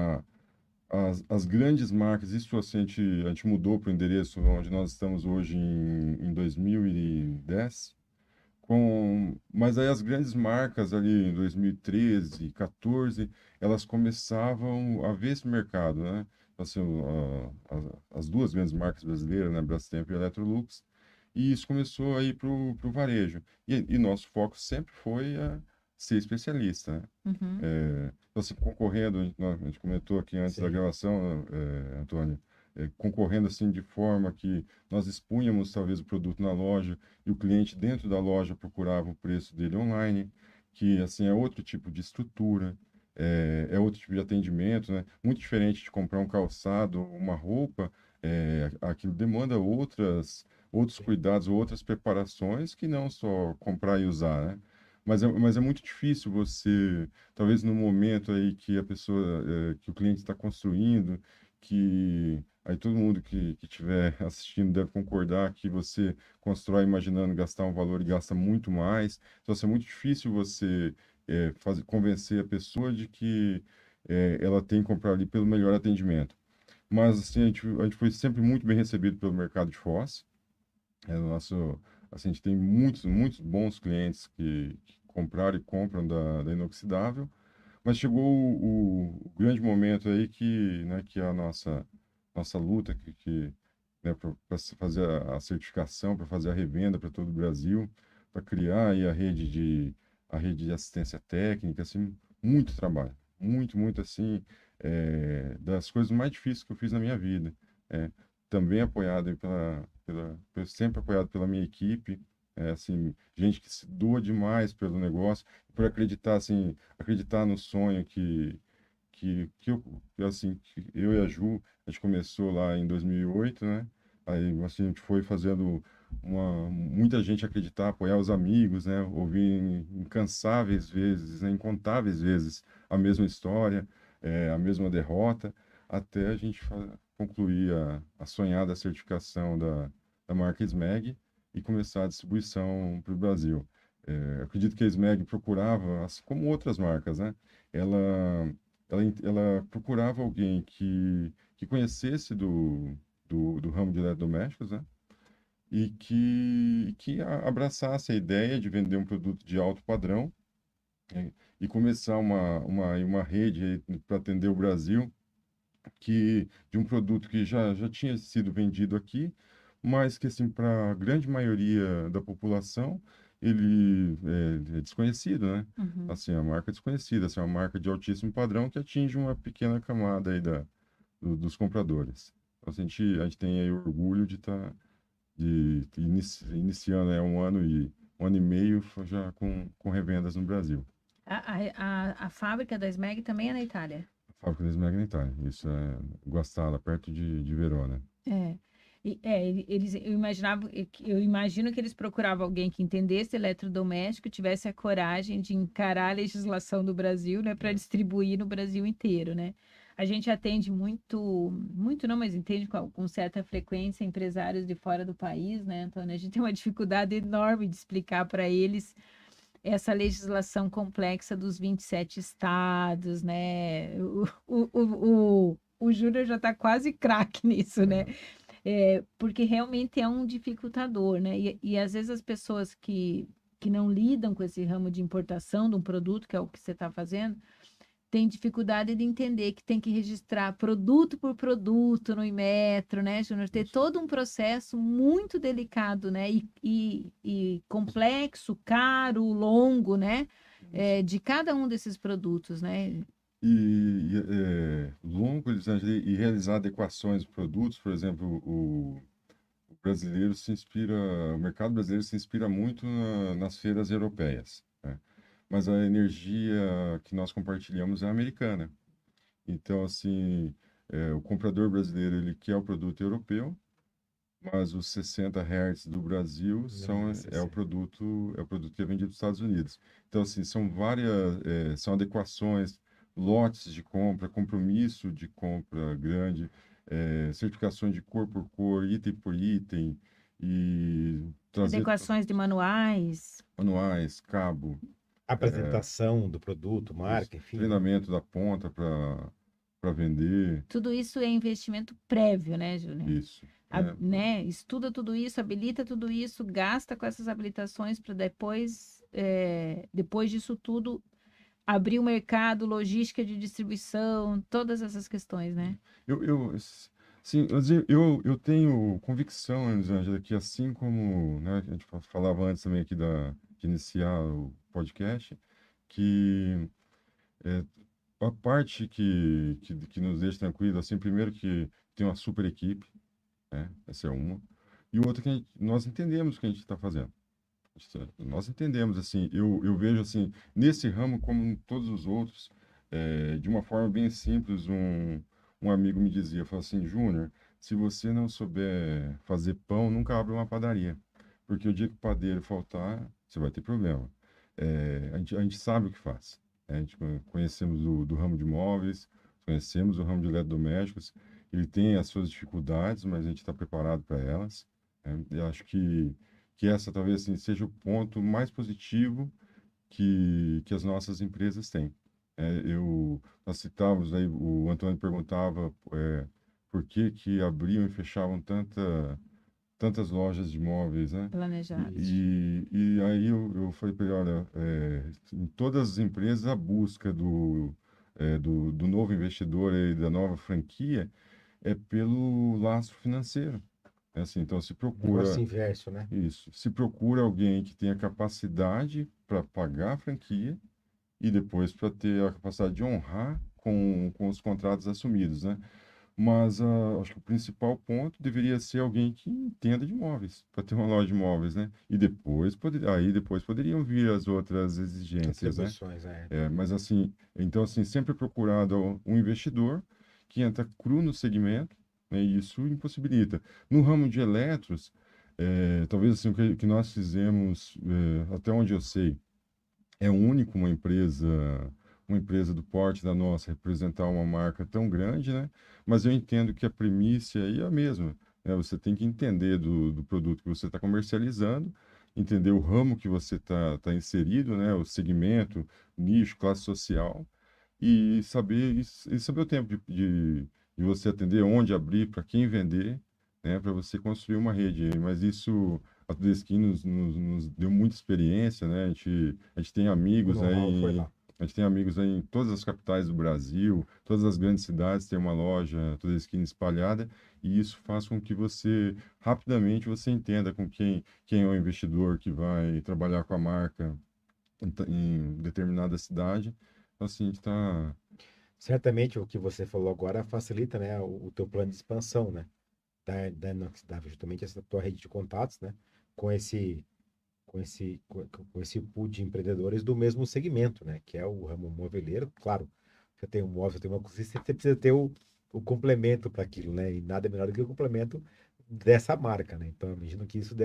as grandes marcas, isso assim, a gente mudou para o endereço onde nós estamos hoje em 2010, com Mas aí as grandes marcas ali em 2013, 14, elas começavam a ver esse mercado, né? Assim, as duas grandes marcas brasileiras, né? Brastemp e Electrolux, e isso começou a ir para o varejo. E nosso foco sempre foi ser especialista, né? Uhum. Então, assim, concorrendo, a gente comentou aqui antes da Sim. gravação, Antônio, concorrendo assim de forma que nós expunhamos talvez o produto na loja e o cliente dentro da loja procurava o preço dele online, que assim é outro tipo de estrutura, é outro tipo de atendimento, né? Muito diferente de comprar um calçado, uma roupa, aquilo demanda outros cuidados, outras preparações que não só comprar e usar, né? Mas é muito difícil você, talvez no momento aí que a pessoa, que o cliente está construindo, que aí todo mundo que estiver assistindo deve concordar que você constrói imaginando gastar um valor e gasta muito mais. Então, assim, é muito difícil você convencer a pessoa de que ela tem que comprar ali pelo melhor atendimento. Mas, assim, a gente foi sempre muito bem recebido pelo mercado de Foz. Assim, a gente tem muitos, muitos bons clientes que compraram e compram da Inoxidável, mas chegou o grande momento aí que a nossa luta, né, para fazer a certificação, para fazer a revenda para todo o Brasil, para criar aí a rede de assistência técnica, assim, muito trabalho, muito, muito assim, das coisas mais difíceis que eu fiz na minha vida. É, também apoiado aí sempre apoiado pela minha equipe, assim, gente que se doa demais pelo negócio, por acreditar, assim, acreditar no sonho que eu e a Ju, a gente começou lá em 2008, né? Aí, assim, a gente foi fazendo muita gente acreditar, apoiar os amigos, né? Ouvir incansáveis vezes, né? Incontáveis vezes a mesma história, a mesma derrota, até a gente concluir a sonhada certificação da marca SMEG e começar a distribuição para o Brasil. Acredito que a SMEG procurava, assim como outras marcas, né? Ela, ela procurava alguém que conhecesse do ramo de eletrodomésticos, né? E que abraçasse a ideia de vender um produto de alto padrão, e começar uma rede para atender o Brasil de um produto que já tinha sido vendido aqui, mas que, assim, para a grande maioria da população, ele é desconhecido, né? Uhum. Assim, a marca é desconhecida, assim, é uma marca de altíssimo padrão que atinge uma pequena camada aí dos compradores. Então, assim, a gente tem aí orgulho de estar iniciando um ano e meio já com revendas no Brasil. A fábrica da SMEG também é na Itália. A fábrica da Smeg na Itália. Isso é Guastalla, perto de Verona. É. Eles, eu imagino que eles procuravam alguém que entendesse eletrodoméstico, tivesse a coragem de encarar a legislação do Brasil, né, para distribuir no Brasil inteiro, né? A gente atende muito, muito não, mas entende com certa frequência empresários de fora do país, né, Antônio? A gente tem uma dificuldade enorme de explicar para eles essa legislação complexa dos 27 estados, né? O Júnior já está quase craque nisso, né? Porque realmente é um dificultador, né? E às vezes as pessoas que não lidam com esse ramo de importação de um produto, que é o que você está fazendo, têm dificuldade de entender que tem que registrar produto por produto no Inmetro, né, Júnior? Ter Isso. todo um processo muito delicado, né? E complexo, caro, longo, né? Isso. De cada um desses produtos, né? Longo e realizar adequações de produtos, por exemplo, o brasileiro se inspira, o mercado brasileiro se inspira muito nas feiras europeias, né? Mas a energia que nós compartilhamos é americana. Então, assim, o comprador brasileiro ele quer o produto europeu, mas os 60 Hz do Brasil Não é necessário. o produto que é vendido nos Estados Unidos. Então, assim, são adequações, lotes de compra, compromisso de compra grande, certificações de cor por cor, item por item, e trazer Adequações de manuais. manuais, cabo, Apresentação do produto, isso, marca, enfim, né? treinamento da ponta para vender, Tudo isso é investimento prévio, né, Júnior? isso. Né? Estuda tudo isso, habilita tudo isso, gasta com essas habilitações para depois depois disso tudo, abrir o mercado, logística de distribuição, todas essas questões, né? Sim, eu tenho convicção, Elisângela, que assim como, né, a gente falava antes também aqui de iniciar o podcast, que é, a parte que nos deixa tranquilo, assim, primeiro que tem uma super equipe, né, essa é uma, e outra que nós entendemos o que a gente está fazendo. Nós entendemos, assim, eu vejo, assim, nesse ramo, como em todos os outros, de uma forma bem simples, um amigo me dizia, falou assim, Júnior, se você não souber fazer pão, nunca abre uma padaria, porque o dia que o padeiro faltar, você vai ter problema. A gente sabe o que faz. A gente conhecemos do ramo de móveis, conhecemos o ramo de eletrodomésticos, ele tem as suas dificuldades, mas a gente está preparado para elas, né? Eu acho que essa talvez assim, seja o ponto mais positivo que as nossas empresas têm. Nós citávamos aí, o Antônio perguntava por que abriam e fechavam tantas lojas de imóveis, né? Planejados. E aí eu falei para ele, olha, em todas as empresas a busca do novo investidor e da nova franquia é pelo laço financeiro. Assim, então se Negócio procura inverso, né? isso. Se procura alguém que tenha capacidade para pagar a franquia e depois para ter a capacidade de honrar com os contratos assumidos, né? Mas acho que o principal ponto deveria ser alguém que entenda de imóveis, para ter uma loja de imóveis, né? E depois poderiam vir as outras exigências, né? Atribuições, Mas assim, então assim, sempre procurado um investidor que entra cru no segmento, né, e isso impossibilita. No ramo de eletros, talvez assim, o que nós fizemos, até onde eu sei, é único uma empresa do porte da nossa representar uma marca tão grande, né? Mas eu entendo que a primícia aí é a mesma, né? Você tem que entender do produto que você está comercializando, entender o ramo que você tá inserido, né? O segmento, nicho, classe social, e saber o tempo de você atender, onde abrir, para quem vender, né? Para você construir uma rede. Mas isso a Tudesquim nos deu muita experiência, né? A gente tem O amigos know-how foi aí, lá. a gente tem amigos aí em todas as capitais do Brasil, todas as grandes cidades têm uma loja Tudesquim espalhada, e isso faz com que rapidamente, você entenda com quem é o investidor que vai trabalhar com a marca em determinada cidade. Então, assim, a gente está. Certamente o que você falou agora facilita, né, o teu plano de expansão, né? Da Inoxidável, justamente essa tua rede de contatos, né? Com esse, com esse pool de empreendedores do mesmo segmento, né? Que é o ramo moveleiro. Claro, você tem um móvel, você tem uma cozinha, você precisa ter o complemento para aquilo, né? E nada melhor do que o complemento dessa marca, né? Então, eu imagino que isso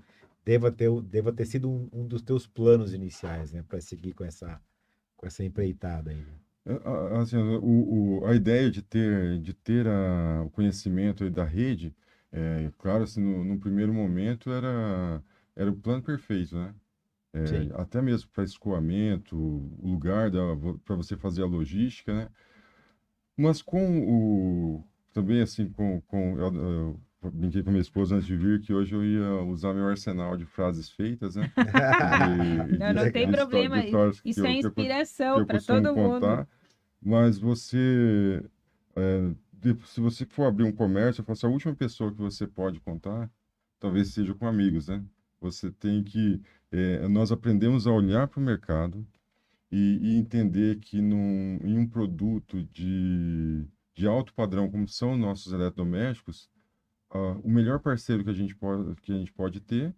deva ter sido um dos teus planos iniciais, né? Para seguir com essa empreitada aí, né? Assim, a ideia de ter o conhecimento aí da rede, claro, assim, no primeiro momento era o plano perfeito, né? Sim. Até mesmo para escoamento, o lugar para você fazer a logística, né? Mas também assim, eu brinquei com minha esposa antes de vir que hoje eu ia usar meu arsenal de frases feitas, né? Não tem Legal. problema. De histórias Isso é que inspiração eu para costumo todo mundo. contar. Mas se você for abrir um comércio, eu falo assim, a última pessoa que você pode contar, talvez seja com amigos, né? Você tem que, nós aprendemos a olhar para o mercado e entender que em um produto de alto padrão, como são nossos eletrodomésticos, o melhor parceiro que a gente pode ter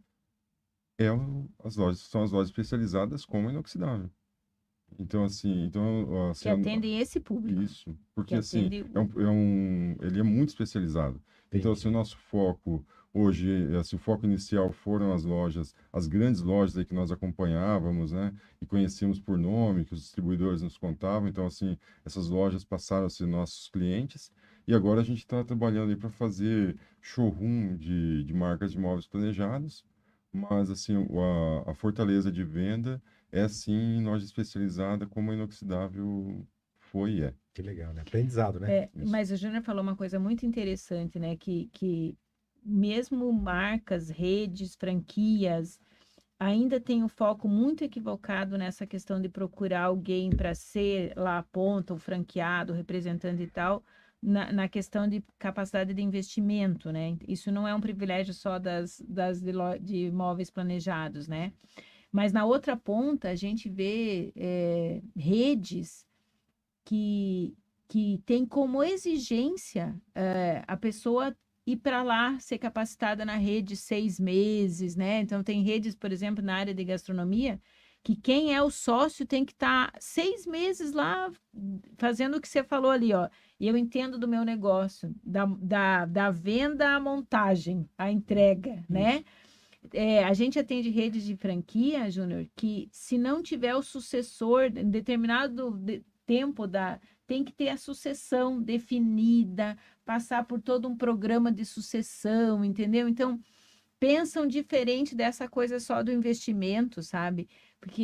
são as lojas especializadas como inoxidável. Então, assim, Que atendem esse público. isso, Que porque assim, atende. ele é muito especializado. Então, assim, o Entendi. nosso foco hoje, assim, o foco inicial foram as lojas, as grandes lojas aí que nós acompanhávamos, né, e conhecíamos por nome, que os distribuidores nos contavam. Então, assim, essas lojas passaram a ser nossos clientes, e agora a gente está trabalhando aí para fazer showroom de marcas de móveis planejados, mas, assim, a fortaleza de venda é sim em loja especializada como a Inoxidável foi e é. Que legal, né? Aprendizado, né? Isso. Mas o Júnior falou uma coisa muito interessante, né? Que mesmo marcas, redes, franquias, ainda tem um foco muito equivocado nessa questão de procurar alguém para ser lá a ponta, o franqueado, o representante e tal, na questão de capacidade de investimento, né? Isso não é um privilégio só de imóveis planejados, né? Mas na outra ponta, a gente vê redes que, que tem como exigência a pessoa ir para lá, ser capacitada na rede 6 meses, né? Então, tem redes, por exemplo, na área de gastronomia, que quem é o sócio tem que estar 6 meses lá fazendo o que você falou ali, ó. E eu entendo do meu negócio, da venda à montagem, à entrega, né? Isso. A gente atende redes de franquia, Júnior, que se não tiver o sucessor em determinado tempo tem que ter a sucessão definida, passar por todo um programa de sucessão, entendeu? Então, pensam diferente dessa coisa só do investimento, sabe? Porque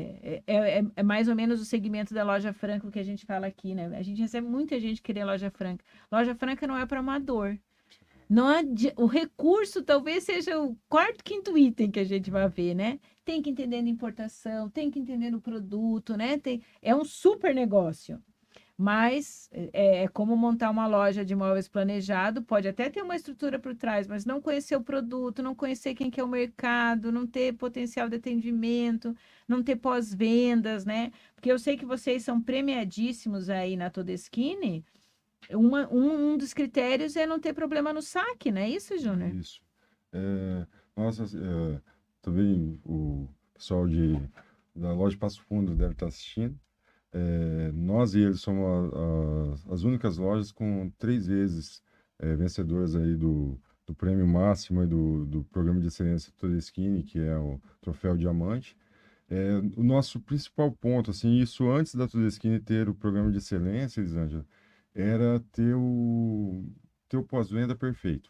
é mais ou menos o segmento da loja franca que a gente fala aqui, né? A gente recebe muita gente querer loja franca. Loja franca não é para amador. Não o recurso talvez seja o quarto, quinto item que a gente vai ver, né? Tem que entender a importação, tem que entender o produto, né? É um super negócio. Mas é como montar uma loja de imóveis planejado, pode até ter uma estrutura por trás, mas não conhecer o produto, não conhecer quem que é o mercado, não ter potencial de atendimento, não ter pós-vendas, né? Porque eu sei que vocês são premiadíssimos aí na Todeskine. Um dos critérios é não ter problema no saque, não é isso, Júnior? Isso. É, nossa, também o pessoal da loja de Passo Fundo deve estar assistindo. Nós e eles somos as únicas lojas com 3 vezes vencedoras aí do prêmio máximo e do programa de excelência Todeskine, que é o Troféu Diamante. O nosso principal ponto, assim, isso antes da Todeskine ter o programa de excelência, Elisângela, era ter o pós-venda perfeito.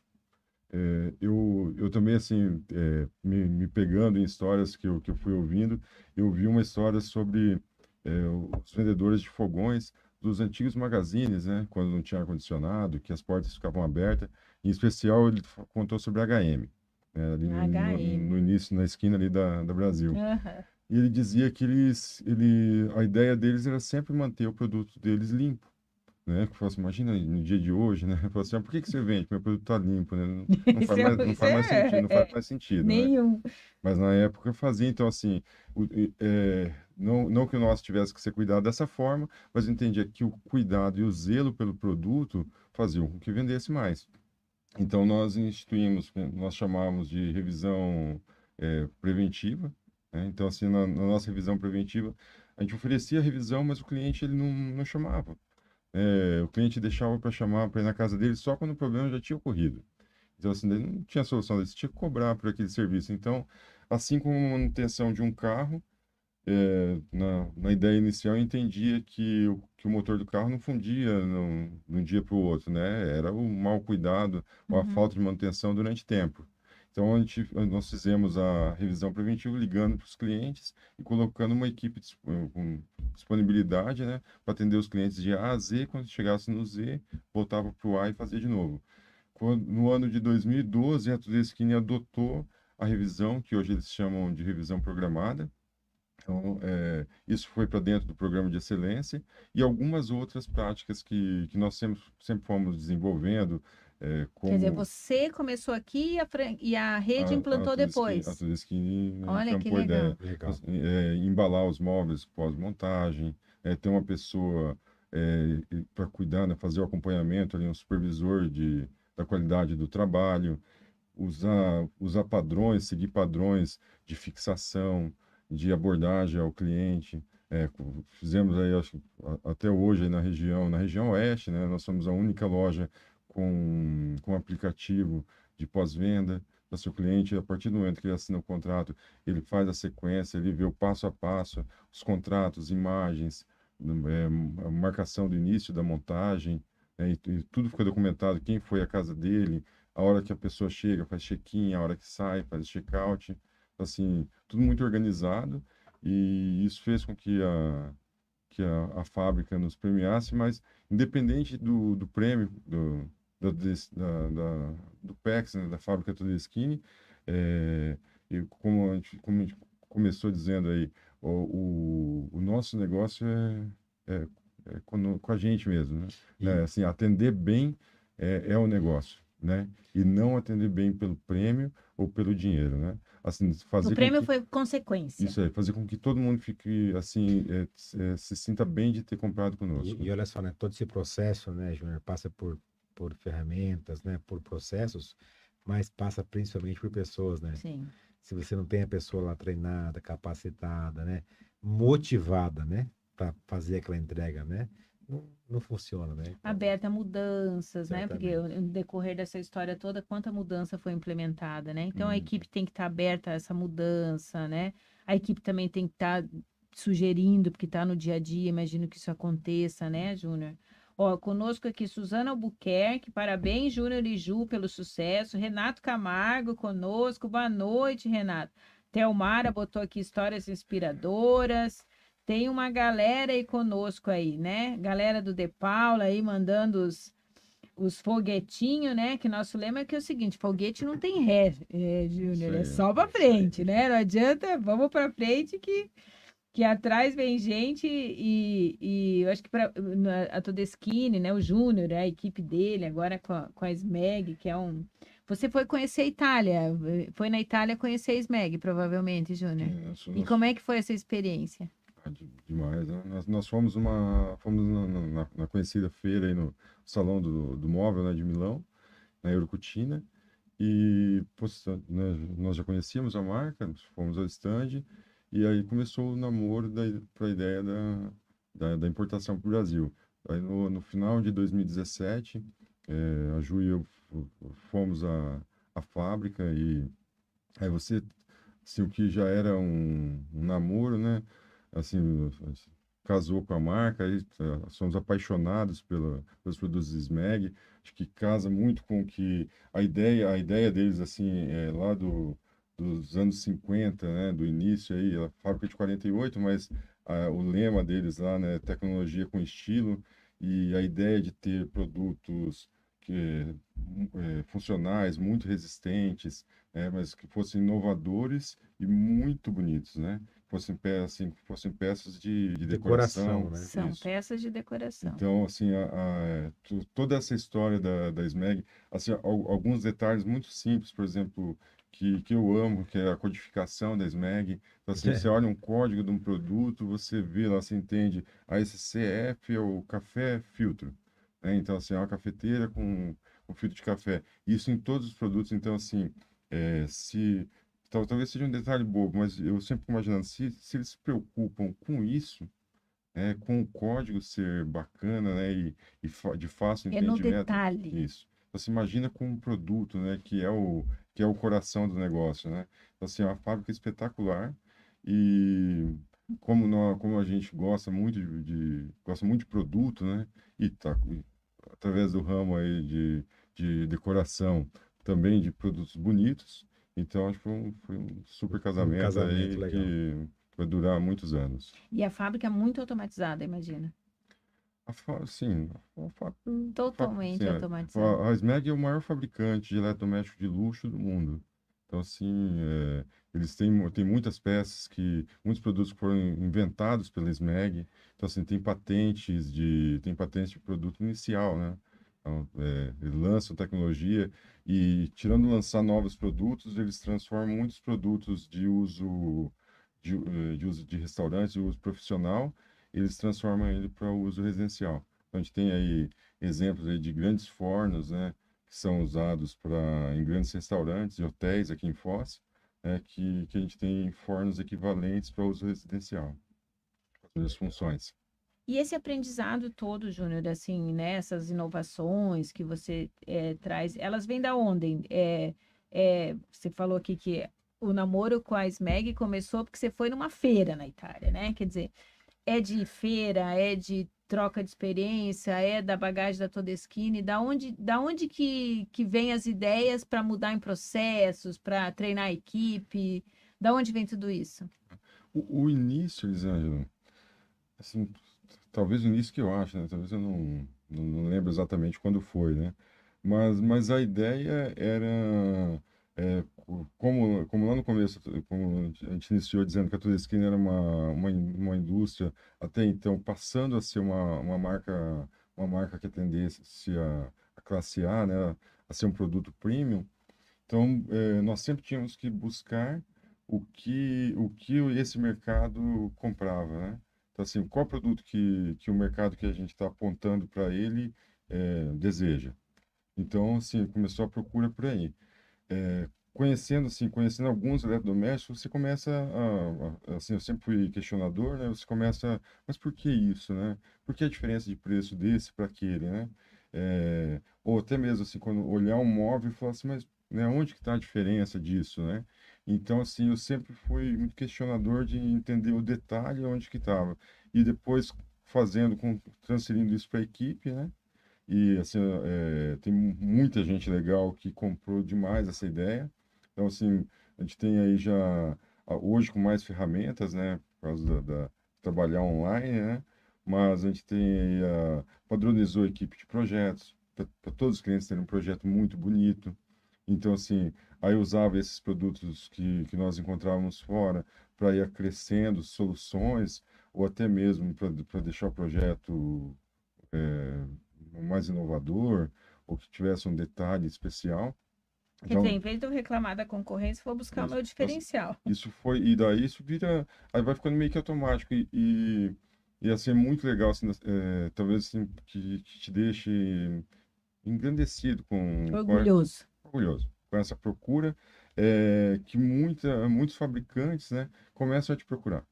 Eu também, assim, me pegando em histórias que eu fui ouvindo, eu vi uma história sobre os vendedores de fogões dos antigos magazines, né? Quando não tinha ar-condicionado, que as portas ficavam abertas. Em especial, ele contou sobre a HM, né? Ali no HM. início, na esquina ali da Brasil. Aham. E ele dizia que a ideia deles era sempre manter o produto deles limpo, né? Que fosse, imagina no dia de hoje, né? Falou assim, por que você vende? Meu produto tá limpo, né? Não Isso faz mais sentido, não faz é mais sentido, né? nenhum. Mas na época fazia, então assim, não que o nosso tivesse que ser cuidado dessa forma, mas eu entendia que o cuidado e o zelo pelo produto faziam com que vendesse mais. Então nós instituímos, nós chamávamos de revisão preventiva, né? Então assim, na nossa revisão preventiva, a gente oferecia a revisão, mas o cliente ele não chamava. O cliente deixava para chamar para ir na casa dele só quando o problema já tinha ocorrido. Então, assim, daí não tinha solução, você tinha que cobrar por aquele serviço. Então, assim como a manutenção de um carro, na ideia inicial, eu entendia que o motor do carro não fundia de um dia para o outro, né? Era o mau cuidado ou a Uhum. falta de manutenção durante tempo. Então, nós fizemos a revisão preventiva ligando para os clientes e colocando uma equipe com disponibilidade, né, para atender os clientes de A a Z. Quando chegasse no Z, voltava para o A e fazia de novo. No ano de 2012, a Tudeskine adotou a revisão, que hoje eles chamam de revisão programada. Então, isso foi para dentro do programa de excelência e algumas outras práticas que nós sempre fomos desenvolvendo, Quer dizer, como você começou aqui e a rede implantou a depois. Tudeskine Olha que encampou a legal. ideia, Legal. embalar os móveis pós-montagem, ter uma pessoa para cuidar, né, fazer o acompanhamento, ali, um supervisor da qualidade do trabalho, usar padrões, seguir padrões de fixação, de abordagem ao cliente. Fizemos aí, acho, que até hoje aí na região oeste, né, nós somos a única loja com aplicativo de pós-venda para seu cliente. A partir do momento que ele assina o contrato, ele faz a sequência, ele vê o passo a passo, os contratos, imagens, a marcação do início da montagem, e tudo fica documentado, quem foi à casa dele, a hora que a pessoa chega, faz check-in, a hora que sai, faz check-out. Assim, tudo muito organizado. E isso fez com que a fábrica nos premiasse, mas independente do prêmio, do PEX, né, da fábrica Todeskine, e como a gente começou dizendo aí, o nosso negócio é, com a gente mesmo, né? E, Assim, atender bem é o negócio, né? E não atender bem pelo prêmio ou pelo dinheiro, né? Assim, O fazer com prêmio que foi consequência. isso aí, fazer com que todo mundo fique assim, se sinta bem de ter comprado e, conosco, e né? olha só, né? Todo esse processo, né, Júnior, passa por ferramentas, né? Por processos, mas passa principalmente por pessoas, né? Sim. Se você não tem a pessoa lá treinada, capacitada, né? Motivada, né? Para fazer aquela entrega, né? Não funciona, né? Então, Aberta a mudanças, né? Porque certamente. no decorrer dessa história toda, quanta mudança foi implementada, né? Então a Hum, equipe tem que estar aberta a essa mudança, né? A equipe também tem que estar sugerindo, porque está no dia a dia, imagino que isso aconteça, né, Júnior? Ó, conosco aqui Suzana Albuquerque, parabéns, Júnior e Ju, pelo sucesso. Renato Camargo conosco, boa noite, Renato. Telmara botou aqui histórias inspiradoras. Tem uma galera aí conosco aí, né? Galera do De Paula aí mandando os foguetinhos, né? Que nosso lema é que é o seguinte: foguete não tem ré, isso Júnior, é aí, só para frente, né? Não adianta, vamos para frente que atrás vem gente e eu acho que para a Todeschini, né? O Júnior, a equipe dele, agora com a SMEG, que é um. Você foi conhecer a Itália, foi na Itália conhecer a SMEG, provavelmente, Júnior. sim, E como é que foi essa experiência? demais, né? Nós fomos na conhecida feira aí no Salão do Móvel, né, de Milão, na Eurocutina, e né, nós já conhecíamos a marca, fomos ao stand, e aí começou o namoro para a ideia da importação para o Brasil. Aí no final de 2017, a Ju e eu fomos à fábrica, e aí você, assim, o que já era um namoro, né? Assim, casou com a marca, aí somos apaixonados pelos produtos Smeg. Acho que casa muito com o que a ideia deles, assim, lá dos anos 50, né? Do início aí, a fábrica de 48, mas o lema deles lá, né? Tecnologia com estilo, e a ideia de ter produtos que, funcionais, muito resistentes, mas que fossem inovadores e muito bonitos, né? Assim, fossem peças de Decoração, decoração, né? São isso. peças de decoração. Então, assim, toda essa história da SMEG, assim, alguns detalhes muito simples, por exemplo, que eu amo, que é a codificação da SMEG. Então, assim, você olha um código de um produto, você vê lá, você entende, esse CF é o café filtro, né? Então, assim, é uma cafeteira com filtro de café. Isso em todos os produtos. Então, assim, se talvez seja um detalhe bobo, mas eu sempre fico imaginando, se eles se preocupam com isso, com o código ser bacana, né, de fácil É no entendimento, detalhe. isso. Então, você imagina com um produto, né, que é o coração do negócio, né? Então, assim, é uma fábrica espetacular, e como a gente gosta muito de produto, né, e através do ramo aí de decoração, também de produtos bonitos, então acho que foi um super Foi um casamento casamento aí legal. que vai durar muitos anos. E a fábrica é muito automatizada, imagina. Sim, sim, Totalmente automatizada. a SMEG é o maior fabricante de eletrodoméstico de luxo do mundo. Então, assim, eles têm muitas peças muitos produtos que foram inventados pela SMEG. Então, assim, tem patentes de produto inicial, né? Então, eles lançam tecnologia e, tirando lançar novos produtos, eles transformam muitos produtos de uso de restaurantes, de uso profissional, eles transformam ele para uso residencial. Então, a gente tem aí exemplos aí de grandes fornos, né, que são usados em grandes restaurantes e hotéis aqui em Foz, que a gente tem fornos equivalentes para uso residencial, as mesmas funções. E esse aprendizado todo, Júnior, assim, né? Essas inovações que você traz, elas vêm da onde? Você falou aqui que o namoro com a SMEG começou porque você foi numa feira na Itália, né? Quer dizer, é de feira, é de troca de experiência, é da bagagem da Todeschini, da onde que vem as ideias para mudar em processos, para treinar a equipe? Da onde vem tudo isso? O início, Elisângela, assim, talvez o início que eu acho, né? Talvez eu não lembro exatamente quando foi, né? Mas a ideia era Como lá no começo, como a gente iniciou dizendo que a Todeschini era uma indústria, até então, passando a ser uma marca que atendesse a classe A, né, a ser um produto premium. Então, nós sempre tínhamos que buscar o que esse mercado comprava, né? Então, assim, qual produto que o mercado que a gente está apontando para ele deseja. Então, assim, começou a procura por aí. Conhecendo alguns eletrodomésticos, você começa assim, eu sempre fui questionador, né? Você começa, mas por que isso, né? Por que a diferença de preço desse para aquele, né? Ou até mesmo assim, quando olhar um móvel e falar assim, mas né, onde que está a diferença disso, né? Então, assim, eu sempre fui muito questionador de entender o detalhe onde que estava. E depois transferindo isso para a equipe, né? E assim, tem muita gente legal que comprou demais essa ideia. Então, assim, a gente tem aí já, hoje com mais ferramentas, né, por causa trabalhar online, né, mas a gente tem aí, padronizou a equipe de projetos, para todos os clientes terem um projeto muito bonito. Então, assim, aí usava esses produtos que nós encontrávamos fora para ir acrescendo soluções, ou até mesmo para deixar o projeto mais inovador, ou que tivesse um detalhe especial. Quer dizer, em Então, vez de eu reclamar da concorrência, vou buscar o isso, meu diferencial. e daí isso vira, aí vai ficando meio que automático, e assim, é muito legal, assim, talvez assim, que te deixe engrandecido Orgulhoso. orgulhoso com essa procura, que muitos fabricantes, né, começam a te procurar.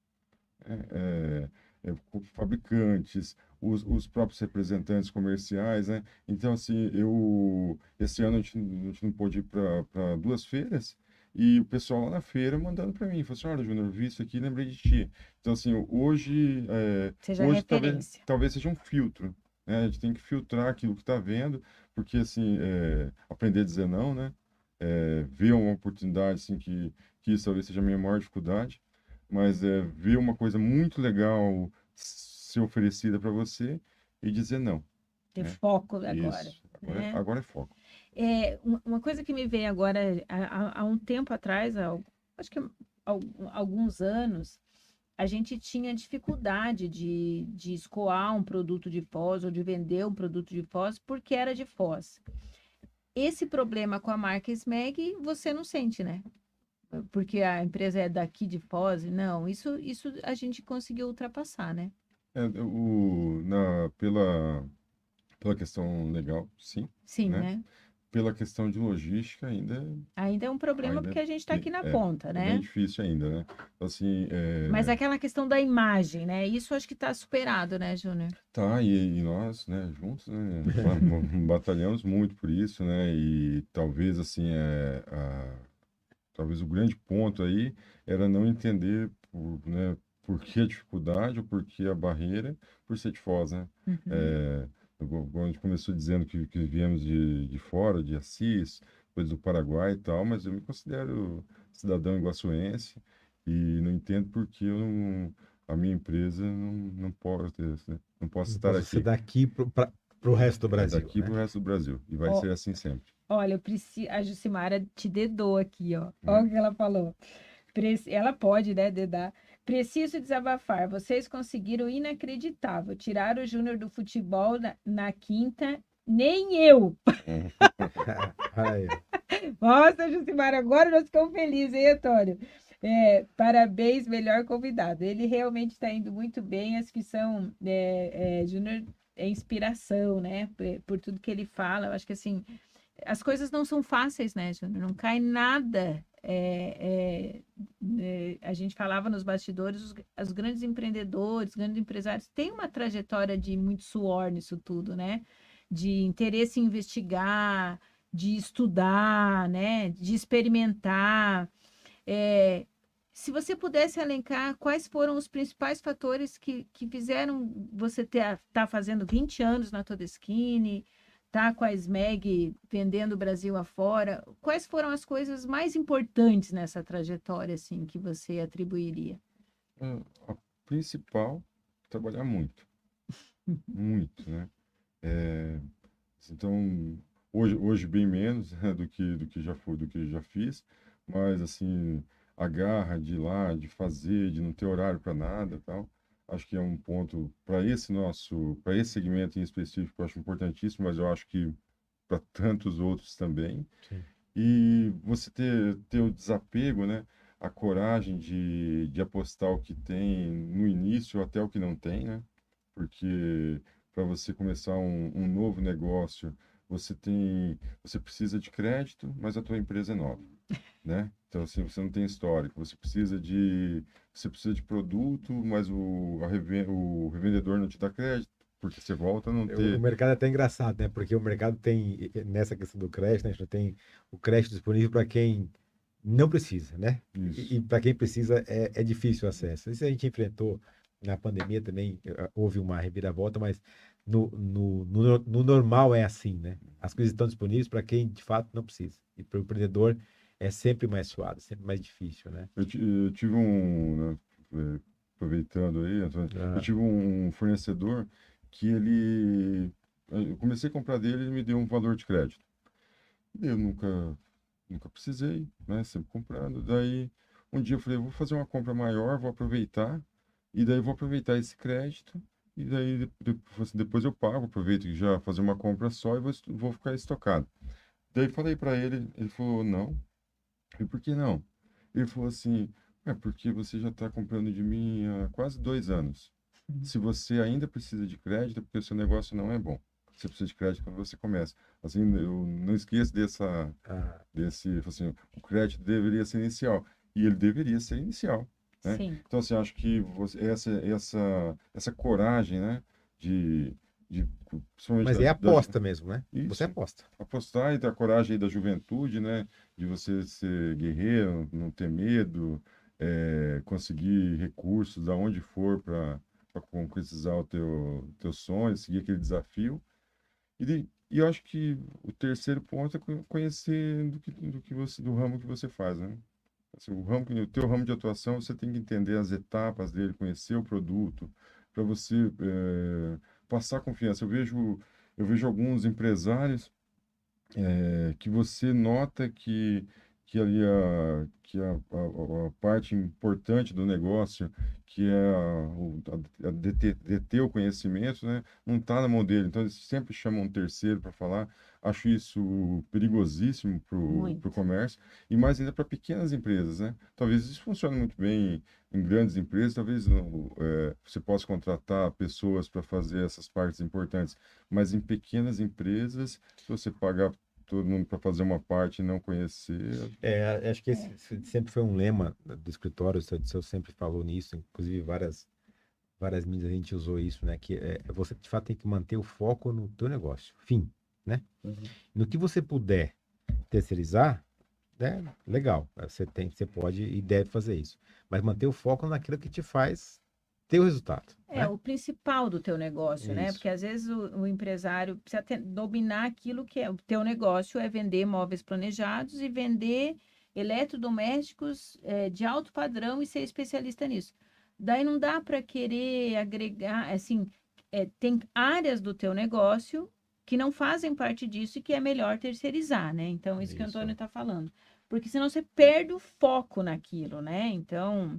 Fabricantes, os próprios representantes comerciais, né? Então, assim, esse ano a gente não pôde ir para duas feiras, e o pessoal lá na feira mandando para mim, falou assim, olha, Júnior, vi isso aqui, lembrei de ti. Então, assim, Seja hoje referência. talvez seja um filtro, né? A gente tem que filtrar aquilo que está vendo, porque, assim, aprender a dizer não, né? Ver uma oportunidade, assim, que isso talvez seja a minha maior dificuldade, mas ver uma coisa muito legal ser oferecida para você e dizer não, Ter né? foco agora, Isso. né? Agora é foco. Uma coisa que me veio agora, há um tempo atrás, acho que há alguns anos, a gente tinha dificuldade de escoar um produto de Foz ou de vender um produto de Foz porque era de Foz. Esse problema com a marca Smeg você não sente, né? Porque a empresa é daqui de Foz. Não, isso a gente conseguiu ultrapassar, né? Pela questão legal, sim, Sim, né? né? Pela questão de logística, Ainda é um problema ainda porque a gente está aqui na é, ponta, é bem né? difícil ainda, né? Então, assim, Mas aquela questão da imagem, né? Isso acho que está superado, né, Júnior? tá, e nós, né, juntos, né, batalhamos muito por isso, né? E talvez, assim, talvez o grande ponto aí era não entender né, por que a dificuldade ou por que a barreira por ser de Foz, né? Uhum. É, a gente começou dizendo que viemos de fora, de Assis, depois do Paraguai e tal, mas eu me considero cidadão iguaçuense e não entendo por que a minha empresa não pode, né, não posso Não estar posso ser aqui. daqui pro resto do É Brasil, daqui para né? o resto do Brasil e vai Ó, ser assim sempre, olha, a Jucimara te dedou aqui, ó. Olha né? o que ela falou. Ela pode, né, dedar. Preciso desabafar. Vocês conseguiram o inacreditável. Tirar o Júnior do futebol na quinta. Nem eu. Aí, ó. Nossa, Jucimara, agora nós ficamos felizes, hein, Antônio? Parabéns, melhor convidado. Ele realmente está indo muito bem. As que são Júnior é inspiração, né? Por tudo que ele fala. Eu acho que assim, as coisas não são fáceis, né, Júnior? Não cai nada. A gente falava nos bastidores, os grandes empreendedores, grandes empresários têm uma trajetória de muito suor nisso tudo, né? De interesse em investigar, de estudar, né? De experimentar. É, Se você pudesse elencar quais foram os principais fatores que fizeram você tá fazendo 20 anos na Todeschini, tá com a Smeg vendendo o Brasil afora, quais foram as coisas mais importantes nessa trajetória, assim, que você atribuiria? A principal, trabalhar muito, muito, né? É, então, hoje bem menos, né, do que já foi, do que já fiz, mas assim, a garra de ir lá, de fazer, de não ter horário para nada, e tal. Acho que é um ponto para esse segmento em específico, eu acho importantíssimo, mas eu acho que para tantos outros também. Sim. E você ter o desapego, né? A coragem de apostar o que tem no início até o que não tem, né? Porque para você começar um novo negócio, você precisa de crédito, mas a tua empresa é nova, né? Então, assim, você não tem histórico. Você precisa de produto, mas o revendedor não te dá crédito, porque você volta a não O ter mercado é até engraçado, né? Porque o mercado tem, nessa questão do crédito, né? A gente tem o crédito disponível para quem não precisa, né? E isso. para quem precisa é difícil o acesso. Isso a gente enfrentou na pandemia também, houve uma reviravolta, mas no normal é assim, né? As coisas estão disponíveis para quem de fato não precisa. E para o empreendedor é sempre mais suado, sempre mais difícil, né? Eu tive né, aproveitando aí, Antônio, eu Ah, tive um fornecedor que eu comecei a comprar dele, ele me deu um valor de crédito. Eu nunca precisei, né, sempre comprando. Daí, um dia eu falei, vou fazer uma compra maior, vou aproveitar, e daí vou aproveitar esse crédito, e daí assim, depois eu pago, aproveito que já fazer uma compra só e vou ficar estocado. Daí falei para ele, ele falou, não. E por que não? Ele falou assim, é porque você já está comprando de mim há quase 2 anos. Se você ainda precisa de crédito, é porque o seu negócio não é bom. Você precisa de crédito quando você começa. Assim, eu não esqueço ah, assim, o crédito deveria ser inicial. E ele deveria ser inicial, né? Sim. Então, assim, acho que essa coragem, né, de, de principalmente mas é aposta mesmo, né? Você isso, aposta. apostar e ter a coragem aí da juventude, né? De você ser guerreiro, não ter medo, conseguir recursos aonde for para concretizar o teu sonho, seguir aquele desafio. E eu acho que o terceiro ponto é conhecer do ramo que você faz, né? Assim, o teu ramo de atuação, você tem que entender as etapas dele, conhecer o produto, para você passar confiança. Eu vejo alguns empresários que você nota que ali a parte importante do negócio, que é deter o conhecimento, né, não está na mão dele. Então, eles sempre chamam um terceiro para falar. Acho isso perigosíssimo para o Muito. comércio, e mais ainda para pequenas empresas, né? Talvez isso funcione muito bem em grandes empresas, talvez não, você possa contratar pessoas para fazer essas partes importantes, mas em pequenas empresas, se você pagar todo mundo para fazer uma parte e não conhecer. Acho que esse sempre foi um lema do escritório, o seu sempre falou nisso, inclusive várias mídias a gente usou isso, né? Que você de fato tem que manter o foco no teu negócio, fim, né? Uhum. No que você puder terceirizar, né? Legal, você pode e deve fazer isso, mas manter o foco naquilo que te faz ter o resultado, É né? o principal do teu negócio, né? Isso. Porque às vezes o empresário precisa dominar aquilo que é o teu negócio, é vender móveis planejados e vender eletrodomésticos de alto padrão e ser especialista nisso. Daí não dá para querer agregar, assim, tem áreas do teu negócio que não fazem parte disso e que é melhor terceirizar, né? Então, isso que o Antônio Isso. está falando. Porque senão você perde o foco naquilo, né? Então.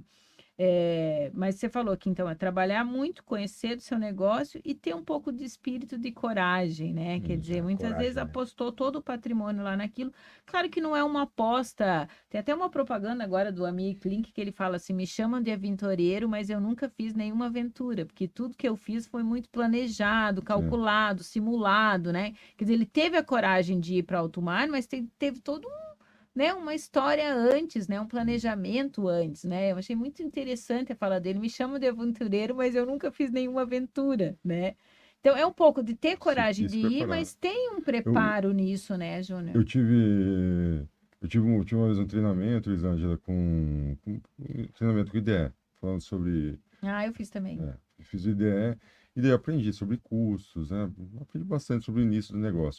Mas você falou que então é trabalhar muito, conhecer do seu negócio e ter um pouco de espírito de coragem, né? Quer dizer, muitas vezes Coragem, né? apostou todo o patrimônio lá naquilo. Claro que não é uma aposta. Tem até uma propaganda agora do Amigo Link que ele fala assim: me chamam de aventureiro, mas eu nunca fiz nenhuma aventura, porque tudo que eu fiz foi muito planejado, Sim. calculado, simulado, né? Quer dizer, ele teve a coragem de ir para alto mar, mas teve todo né, uma história antes, né, um planejamento antes, né? Eu achei muito interessante a fala dele. Me chamo de aventureiro, mas eu nunca fiz nenhuma aventura, né? Então é um pouco de ter coragem E de se ir, preparar. mas tem um Eu, preparo nisso, né, Júnior? eu tive, tive uma vez um treinamento, Elisângela, com um treinamento com IDE, falando sobre, Ah, eu fiz também. fiz o IDE, e daí aprendi sobre custos, né? Aprendi bastante sobre o início do negócio.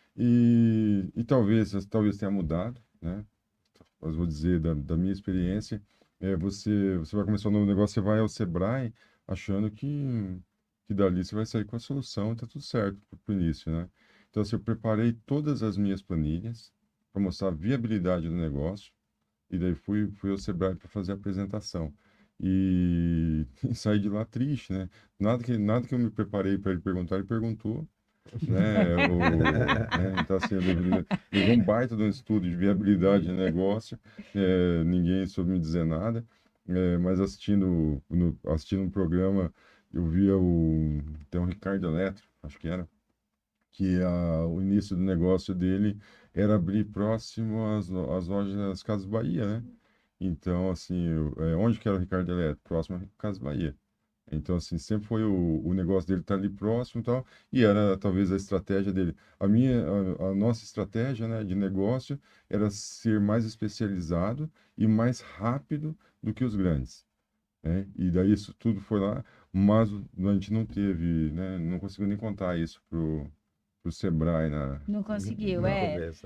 E talvez tenha mudado, né? Mas vou dizer da minha experiência, você vai começar um novo negócio, você vai ao Sebrae achando que dali você vai sair com a solução, tá tudo certo pro início, né? Então, assim, eu preparei todas as minhas planilhas para mostrar a viabilidade do negócio, e daí fui ao Sebrae para fazer a apresentação. E, e saí de lá triste, né? Nada que eu me preparei para ele perguntar, ele perguntou, né? Então, assim, eu levei um baita de um estudo de viabilidade de negócio, ninguém soube me dizer nada, mas assistindo um programa, eu via tem um Ricardo Eletro, acho que era, que o início do negócio dele era abrir próximo às lojas das Casas Bahia, né? Então, assim, onde que era o Ricardo Eletro? Próximo à Casas Bahia. Então, assim, sempre foi o negócio dele estar ali próximo e tal, e era talvez a estratégia dele. A nossa estratégia, né, de negócio era ser mais especializado e mais rápido do que os grandes, né? E daí isso tudo foi lá, mas a gente não teve, né, não conseguiu nem contar isso pro Sebrae Não conseguiu, No começo,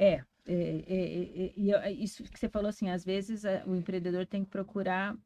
isso que você falou assim, às vezes o empreendedor tem que procurar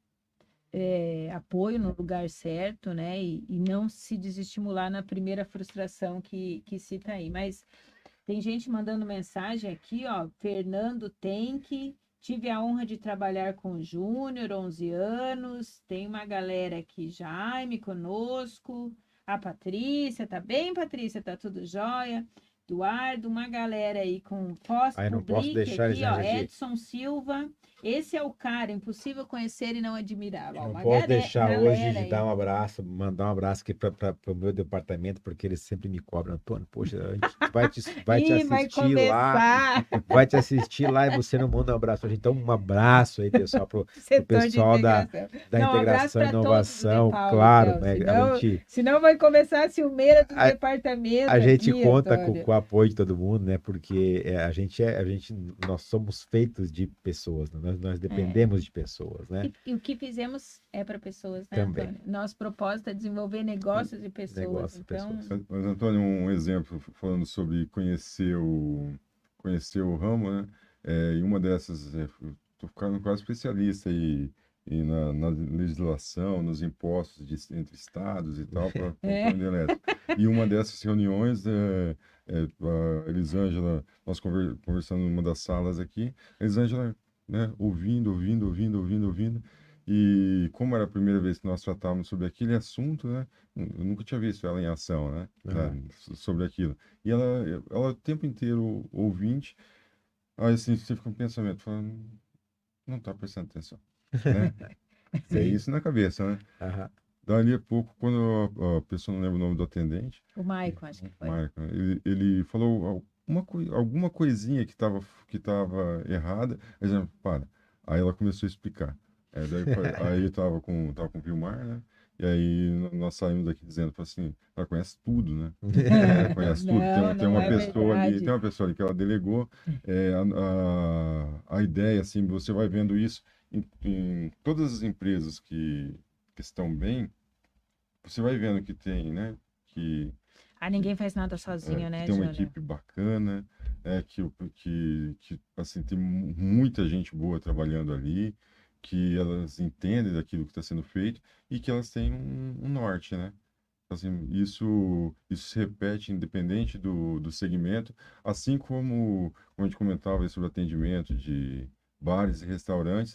apoio no lugar certo, né? E não se desestimular na primeira frustração que cita aí. Mas tem gente mandando mensagem aqui, ó. Fernando Tenck, tive a honra de trabalhar com o Júnior, 11 anos. Tem uma galera aqui, Jaime, conosco. A Patrícia, tá bem, Patrícia? Tá tudo jóia? Eduardo, uma galera aí com Foz Aí não posso Public deixar, aqui, ó. Elisângela, Edson Silva. Esse é o cara, impossível conhecer e não admirar. Ó, não uma posso deixar hoje galera de aí. dar um abraço, mandar um abraço aqui para o meu departamento, porque eles sempre me cobram, Antônio, poxa, a gente vai te Ih, vai assistir lá, começar vai te assistir lá e você não manda um abraço pra gente. Então, um abraço aí, pessoal, pro setor de pessoal integração. da Não, um abraço integração e para todos, né, inovação, Paulo? claro, Então, né? senão vai começar a ciumeira dos A, departamentos a gente aqui, conta Antônio. com o apoio de todo mundo, né? Porque nós somos feitos de pessoas, né? Nós dependemos de pessoas, né? E o que fizemos é para pessoas, né, Também. Antônio? Nosso propósito é desenvolver negócios de pessoas. Negócio, Então, pessoas. Mas, Antônio, um exemplo falando sobre conhecer o ramo, né? E uma dessas, estou ficando quase especialista na legislação, nos impostos entre estados e tal, para é, plano elétrico. E uma dessas reuniões, a Elisângela, nós conversando numa das salas aqui, a Elisângela, né, ouvindo. E como era a primeira vez que nós tratávamos sobre aquele assunto, né? Eu nunca tinha visto ela em ação, né? Sobre aquilo. E ela o tempo inteiro ouvinte, aí assim, você fica com um pensamento, falando, não está prestando atenção, né? É Sim. isso na cabeça, né? Aham. Dali a pouco, quando a pessoa, não lembra o nome do atendente, o Maicon, acho que foi. Marco, né? Ele falou alguma coisinha que tava errada, aí já, para. Aí ela começou a explicar. Aí eu tava com o Vilmar, né? E aí nós saímos daqui dizendo, falou assim, ela conhece tudo, né? Ela conhece tudo. Não, Tem não uma é pessoa ali, verdade. tem uma pessoa ali que ela delegou a ideia, assim, você vai vendo isso em todas as empresas que estão bem, você vai vendo que tem, né? Ninguém faz nada sozinho, Que né, tem uma Júnior? equipe bacana, que assim, tem muita gente boa trabalhando ali, que elas entendem daquilo que está sendo feito e que elas têm um norte, né? Assim, isso se repete independente do segmento, assim como a gente comentava aí sobre atendimento de bares e restaurantes,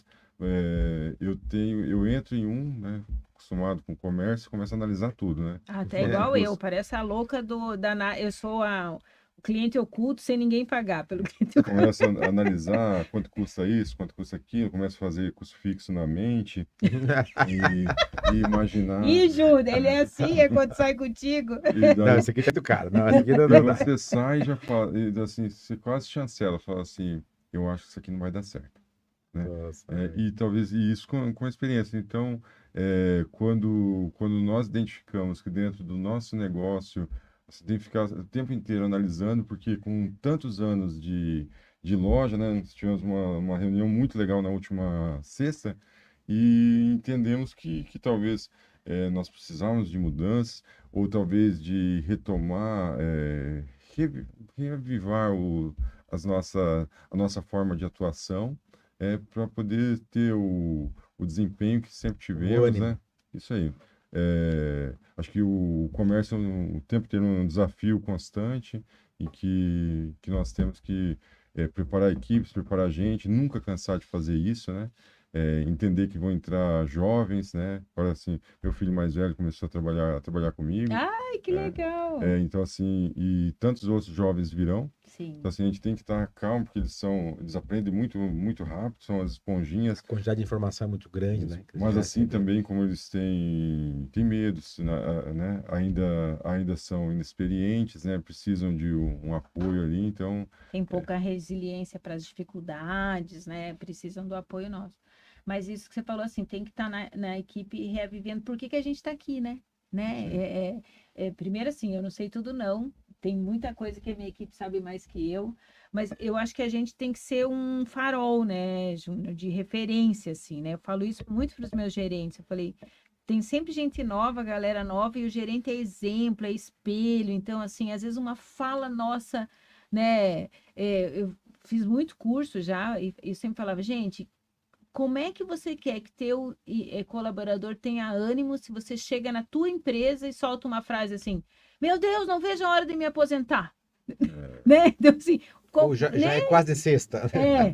eu entro em né, acostumado com comércio, começo a analisar tudo, né? Até Falo, igual eu, "Você- parece a louca eu sou o cliente oculto sem ninguém pagar pelo cliente oculto. Começa a analisar quanto custa isso, quanto custa aquilo, começa a fazer custo fixo na mente e imaginar. Ih, Júnior, ele é assim, é quando sai contigo. E Não, daí esse aqui tá do cara. Não, esse aqui não, e não dá. você sai e já fala, e assim, você quase chancela, fala assim, eu acho que isso aqui não vai dar certo, né? Nossa, E talvez e isso com a experiência. Então, quando nós identificamos que dentro do nosso negócio você tem que ficar o tempo inteiro analisando, porque com tantos anos de loja, né, nós tivemos uma reunião muito legal na última sexta e entendemos que talvez nós precisávamos de mudanças ou talvez de retomar, reavivar a nossa forma de atuação para poder ter o desempenho que sempre o tivemos, ânimo. né? Isso aí. É, Acho que o comércio é o tempo inteiro um desafio constante e que nós temos que preparar equipes, preparar a gente, nunca cansar de fazer isso, né? Entender que vão entrar jovens, né? Agora, assim, meu filho mais velho começou a trabalhar comigo, Ai, que né? legal! Então, assim, e tantos outros jovens virão. Então, Sim. assim, a gente tem que estar calmo, porque eles aprendem muito, muito rápido, são as esponjinhas. A quantidade de informação é muito grande, Isso. né? Que eles Mas vão assim receber. também como eles têm medo, né? Ainda são inexperientes, né? Precisam de um apoio ali, então Tem pouca resiliência para as dificuldades, né? Precisam do apoio nosso. Mas isso que você falou assim, tem que estar na equipe reavivendo. Por que que a gente está aqui, né? sim, Primeiro assim, eu não sei tudo não. Tem muita coisa que a minha equipe sabe mais que eu, mas eu acho que a gente tem que ser um farol, né, Júnior, de referência, assim, né? Eu falo isso muito para os meus gerentes. Eu falei, tem sempre gente nova, galera nova, e o gerente é exemplo, é espelho. Então, assim, às vezes uma fala nossa, né? Eu fiz muito curso já e sempre falava, gente, como é que você quer que teu colaborador tenha ânimo se você chega na tua empresa e solta uma frase assim, meu Deus, não vejo a hora de me aposentar, né? Então, assim, Ou já né? é quase sexta.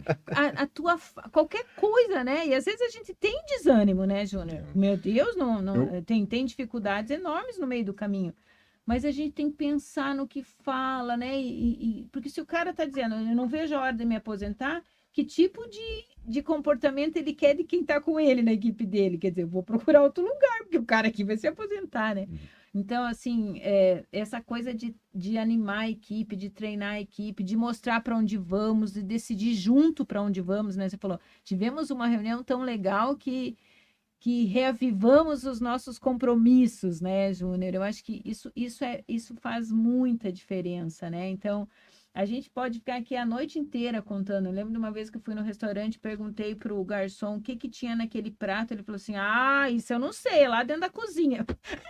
Qualquer coisa, né? E às vezes a gente tem desânimo, né, Júnior? é. Meu Deus, não, Eu, tem dificuldades enormes no meio do caminho. Mas a gente tem que pensar no que fala, né? Porque se o cara tá dizendo, eu não vejo a hora de me aposentar, que tipo de comportamento ele quer de quem tá com ele na equipe dele? Quer dizer, eu vou procurar outro lugar, porque o cara aqui vai se aposentar, né? Então, assim, essa coisa de animar a equipe, de treinar a equipe, de mostrar para onde vamos, de decidir junto para onde vamos, né? Você falou, tivemos uma reunião tão legal que reavivamos os nossos compromissos, né, Júnior? Eu acho que isso faz muita diferença, né? Então, a gente pode ficar aqui a noite inteira contando. Eu lembro de uma vez que eu fui no restaurante, perguntei para o garçom o que que tinha naquele prato. Ele falou assim: Ah, isso eu não sei, é lá dentro da cozinha.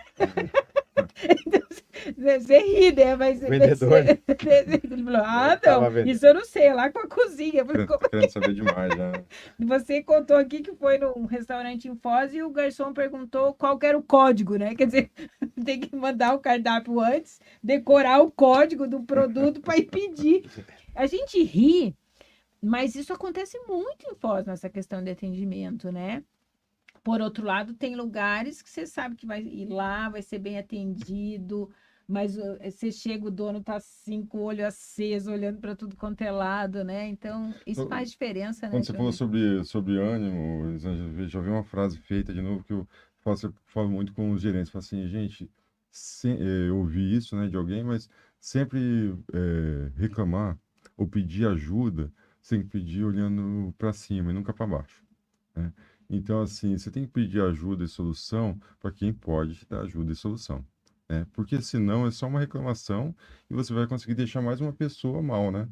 Então, você ri, né? O vendedor, né? Ele falou: Ele Ah, não, tava vendo. isso eu não sei, é lá com a cozinha. Eu falei, tá querendo saber demais já. você contou aqui que foi num restaurante em Foz e o garçom perguntou qual que era o código, né? Quer dizer, tem que mandar o cardápio antes, decorar o código do produto para ir pedir. A gente ri, mas isso acontece muito em Foz nessa questão de atendimento, né? Por outro lado, tem lugares que você sabe que vai ir lá, vai ser bem atendido, mas você chega, o dono tá assim, com o olho aceso, olhando para tudo quanto é lado, né? Então, isso faz diferença, né, Quando você falou Júnior? sobre ânimo, Elisângela, já vi uma frase feita de novo que eu falo muito com os gerentes. Falo assim, gente, eu ouvi isso, né, de alguém, mas sempre reclamar ou pedir ajuda, você tem que pedir olhando para cima e nunca para baixo, né? Então, assim, você tem que pedir ajuda e solução para quem pode te dar ajuda e solução, né? Porque senão é só uma reclamação e você vai conseguir deixar mais uma pessoa mal, né?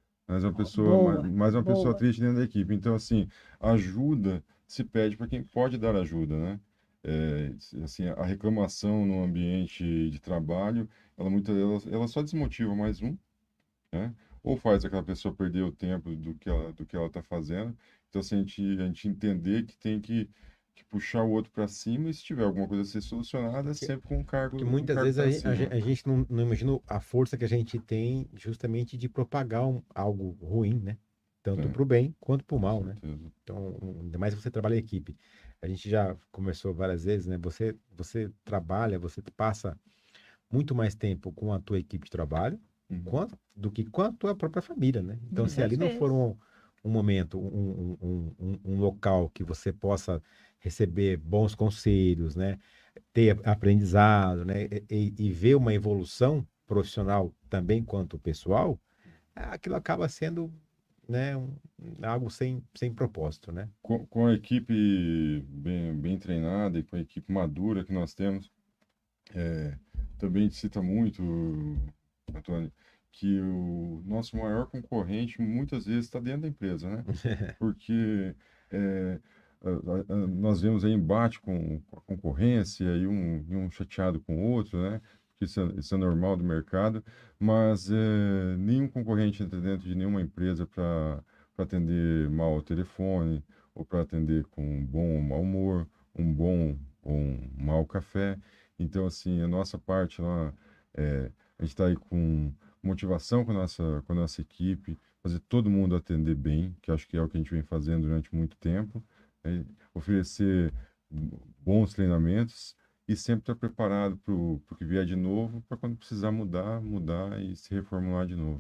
Boa, Mais uma pessoa boa. triste dentro da equipe. Então, assim, ajuda se pede para quem pode dar ajuda, né? Assim, a reclamação no ambiente de trabalho, ela só desmotiva mais um, né? Ou faz aquela pessoa perder o tempo do que ela está fazendo. Então, assim, a gente entender que tem que puxar o outro para cima e se tiver alguma coisa a ser solucionada, Porque, sempre com porque um muitas cargo vezes para cima. a gente não imagina a força que a gente tem justamente de propagar algo ruim, né? Tanto É, para o bem quanto para o com mal, né? certeza. Então, ainda mais se você trabalha em equipe. A gente já conversou várias vezes, né? Você trabalha, você passa muito mais tempo com a tua equipe de trabalho Uhum. do que com a tua própria família, né? Então, se Muitas ali não for vezes. um momento, um local que você possa receber bons conselhos, né? Ter aprendizado, né? E ver uma evolução profissional também quanto pessoal, aquilo acaba sendo, né? Algo sem propósito, né? Com a equipe bem treinada e com a equipe madura que nós temos, é, também a gente cita muito, Antônio, que o nosso maior concorrente muitas vezes está dentro da empresa, né? Porque é, nós vemos aí embate com a concorrência e um chateado com o outro, né? Porque isso é normal do mercado, mas nenhum concorrente entra dentro de nenhuma empresa para atender mal ao telefone ou para atender com um bom ou mau humor, um bom ou um mau café. Então, assim, a nossa parte lá, a gente está aí com motivação com a nossa equipe, fazer todo mundo atender bem, que acho que é o que a gente vem fazendo durante muito tempo, né? Oferecer bons treinamentos e sempre estar preparado para o que vier de novo, para quando precisar mudar e se reformular de novo.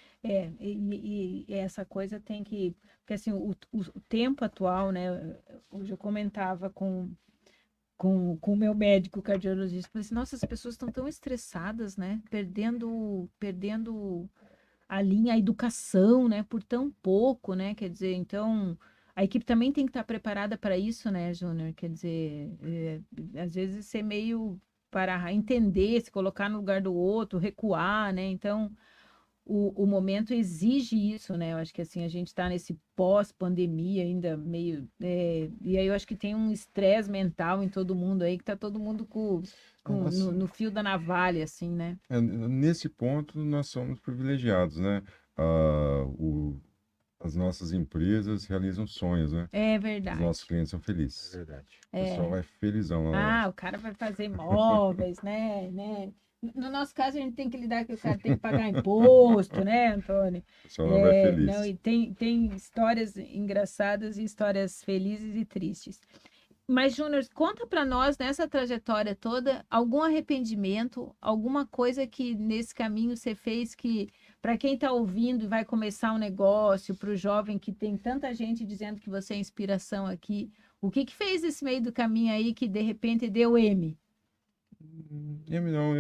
E essa coisa tem que. Porque assim, o tempo atual, né? Hoje eu comentava com o meu médico cardiologista, falei assim, nossa, as pessoas estão tão estressadas, né? Perdendo a linha, a educação, né? Por tão pouco, né? Quer dizer, então. A equipe também tem que estar preparada para isso, né, Júnior? Quer dizer, às vezes ser meio para entender, se colocar no lugar do outro, recuar, né? Então, o momento exige isso, né? Eu acho que assim, a gente está nesse pós-pandemia ainda meio. E aí eu acho que tem um estresse mental em todo mundo aí, que tá todo mundo no fio da navalha, assim, né? Nesse ponto, nós somos privilegiados, né? Ah, as nossas empresas realizam sonhos, né? É Os nossos verdade. clientes são É felizes. verdade. O pessoal vai felizão lá na Ah, loja. o cara vai fazer móveis, né? No nosso caso, a gente tem que lidar com o cara tem que pagar imposto, né, Antônio? O pessoal lá vai Não, feliz. e tem histórias engraçadas e histórias felizes e tristes. Mas, Júnior, conta para nós, nessa trajetória toda, algum arrependimento, alguma coisa que nesse caminho você fez que, para quem está ouvindo e vai começar um negócio, para o jovem que tem tanta gente dizendo que você é inspiração aqui, o que que fez esse meio do caminho aí que de repente deu M? Não,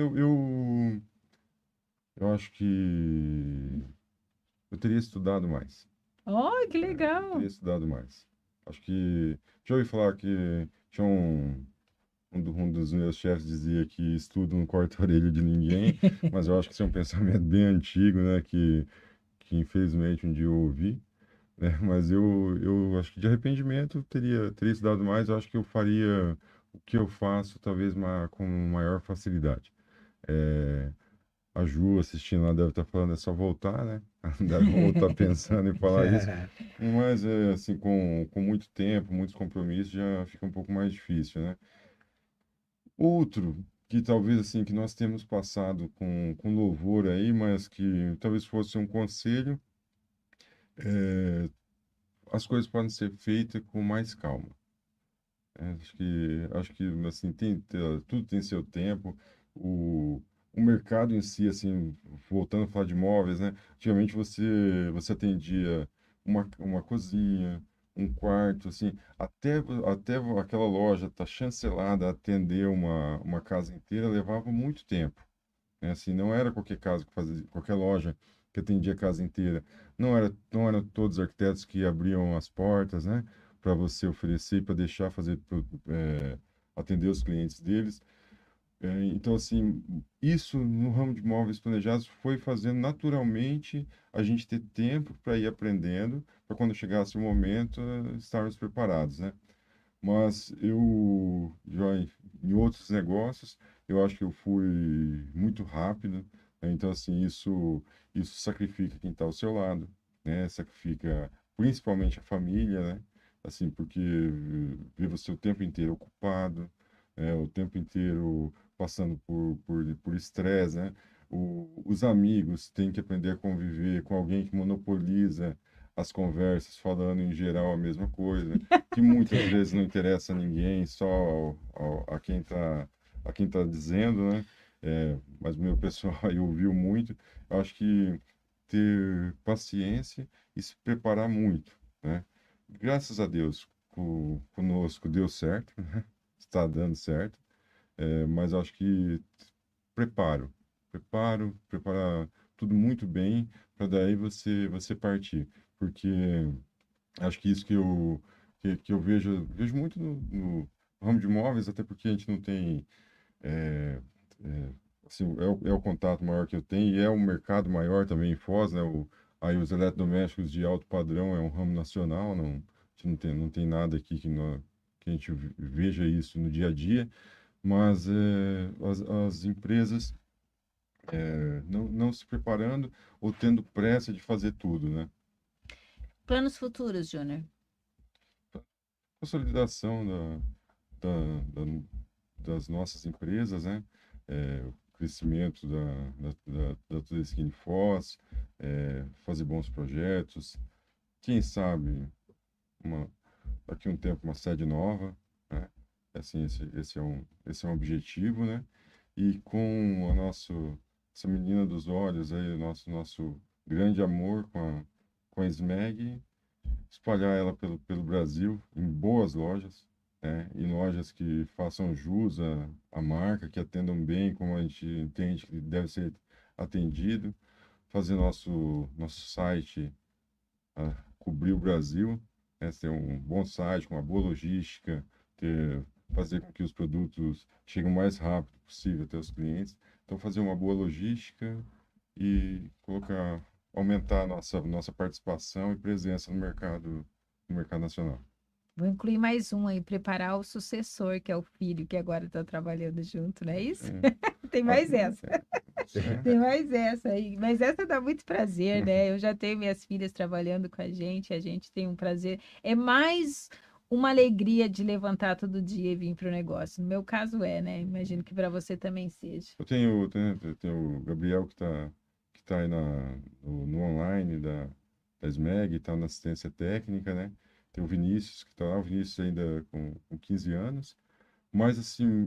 eu acho que eu teria estudado mais. Oh, que Eu teria legal! estudado mais. Acho que. Já ouvi falar que tinha um dos meus chefes dizia que estudo não corta a orelha de ninguém, mas eu acho que isso é um pensamento bem antigo, né? Que infelizmente um dia eu ouvi, né? Mas eu acho que de arrependimento eu teria estudado mais, eu acho que eu faria o que eu faço talvez com maior facilidade. É, a Ju assistindo lá deve estar falando, é só voltar, né? Deve voltar pensando em falar isso. Mas, assim, com muito tempo, muitos compromissos, já fica um pouco mais difícil, né? Outro que talvez, assim, que nós temos passado com louvor aí, mas que talvez fosse um conselho, é, as coisas podem ser feitas com mais calma. Acho que assim, tudo tem seu tempo. O mercado em si, assim, voltando a falar de imóveis, né? Antigamente você atendia uma cozinha, um quarto, assim, até aquela loja tá chancelada a atender uma casa inteira levava muito tempo, né? Assim, não era qualquer casa que fazia, qualquer loja que atendia a casa inteira. Não eram todos os arquitetos que abriam as portas, né? Para você oferecer, para deixar atender os clientes deles. Então, assim, isso no ramo de imóveis planejados foi fazendo naturalmente a gente ter tempo para ir aprendendo, para quando chegasse o momento, estarmos preparados, né? Mas já em outros negócios, eu acho que eu fui muito rápido, né? Então, assim, isso sacrifica quem está ao seu lado, né? Sacrifica principalmente a família, né? Assim, porque vê você o tempo inteiro ocupado, o tempo inteiro passando por estresse, né? Os amigos têm que aprender a conviver com alguém que monopoliza as conversas, falando em geral a mesma coisa que muitas vezes não interessa a ninguém, só a quem tá dizendo, né? Mas o meu pessoal aí ouviu muito. Eu acho que ter paciência e se preparar muito, né? Graças a Deus, conosco deu certo, né? Está dando certo, mas eu acho que preparo, preparar tudo muito bem para daí você partir, porque acho que isso que eu vejo muito no ramo de imóveis, até porque a gente não tem, é, é, assim, é o contato maior que eu tenho e é um mercado maior também em Foz, né? Aí os eletrodomésticos de alto padrão é um ramo nacional, a gente não tem nada aqui que a gente veja isso no dia a dia, mas as empresas não se preparando ou tendo pressa de fazer tudo, né? Planos futuros, Júnior. Consolidação da, das nossas empresas, né? O crescimento da Tudesquim Foz, fazer bons projetos, quem sabe daqui a um tempo uma sede nova, né? Assim, esse é um objetivo, né? E com essa menina dos olhos aí, nosso grande amor com a SMEG, espalhar ela pelo Brasil em boas lojas, né? Em lojas que façam jus à marca, que atendam bem como a gente entende que deve ser atendido, fazer nosso site cobrir o Brasil, né? Ter um bom site, com uma boa logística, fazer com que os produtos cheguem o mais rápido possível até os clientes. Então, fazer uma boa logística e aumentar a nossa participação e presença no mercado nacional. Vou incluir mais um aí, preparar o sucessor, que é o filho, que agora está trabalhando junto, não é isso? Tem mais essa. Tem mais essa aí. Mas essa dá muito prazer, né? Eu já tenho minhas filhas trabalhando com a gente tem um prazer. É mais uma alegria de levantar todo dia e vir para o negócio. No meu caso né? Imagino que para você também seja. Eu tenho o Gabriel que tá aí no online da SMEG, está na assistência técnica, né? Tem o Vinícius que está lá, o Vinícius ainda com 15 anos. Mas, assim,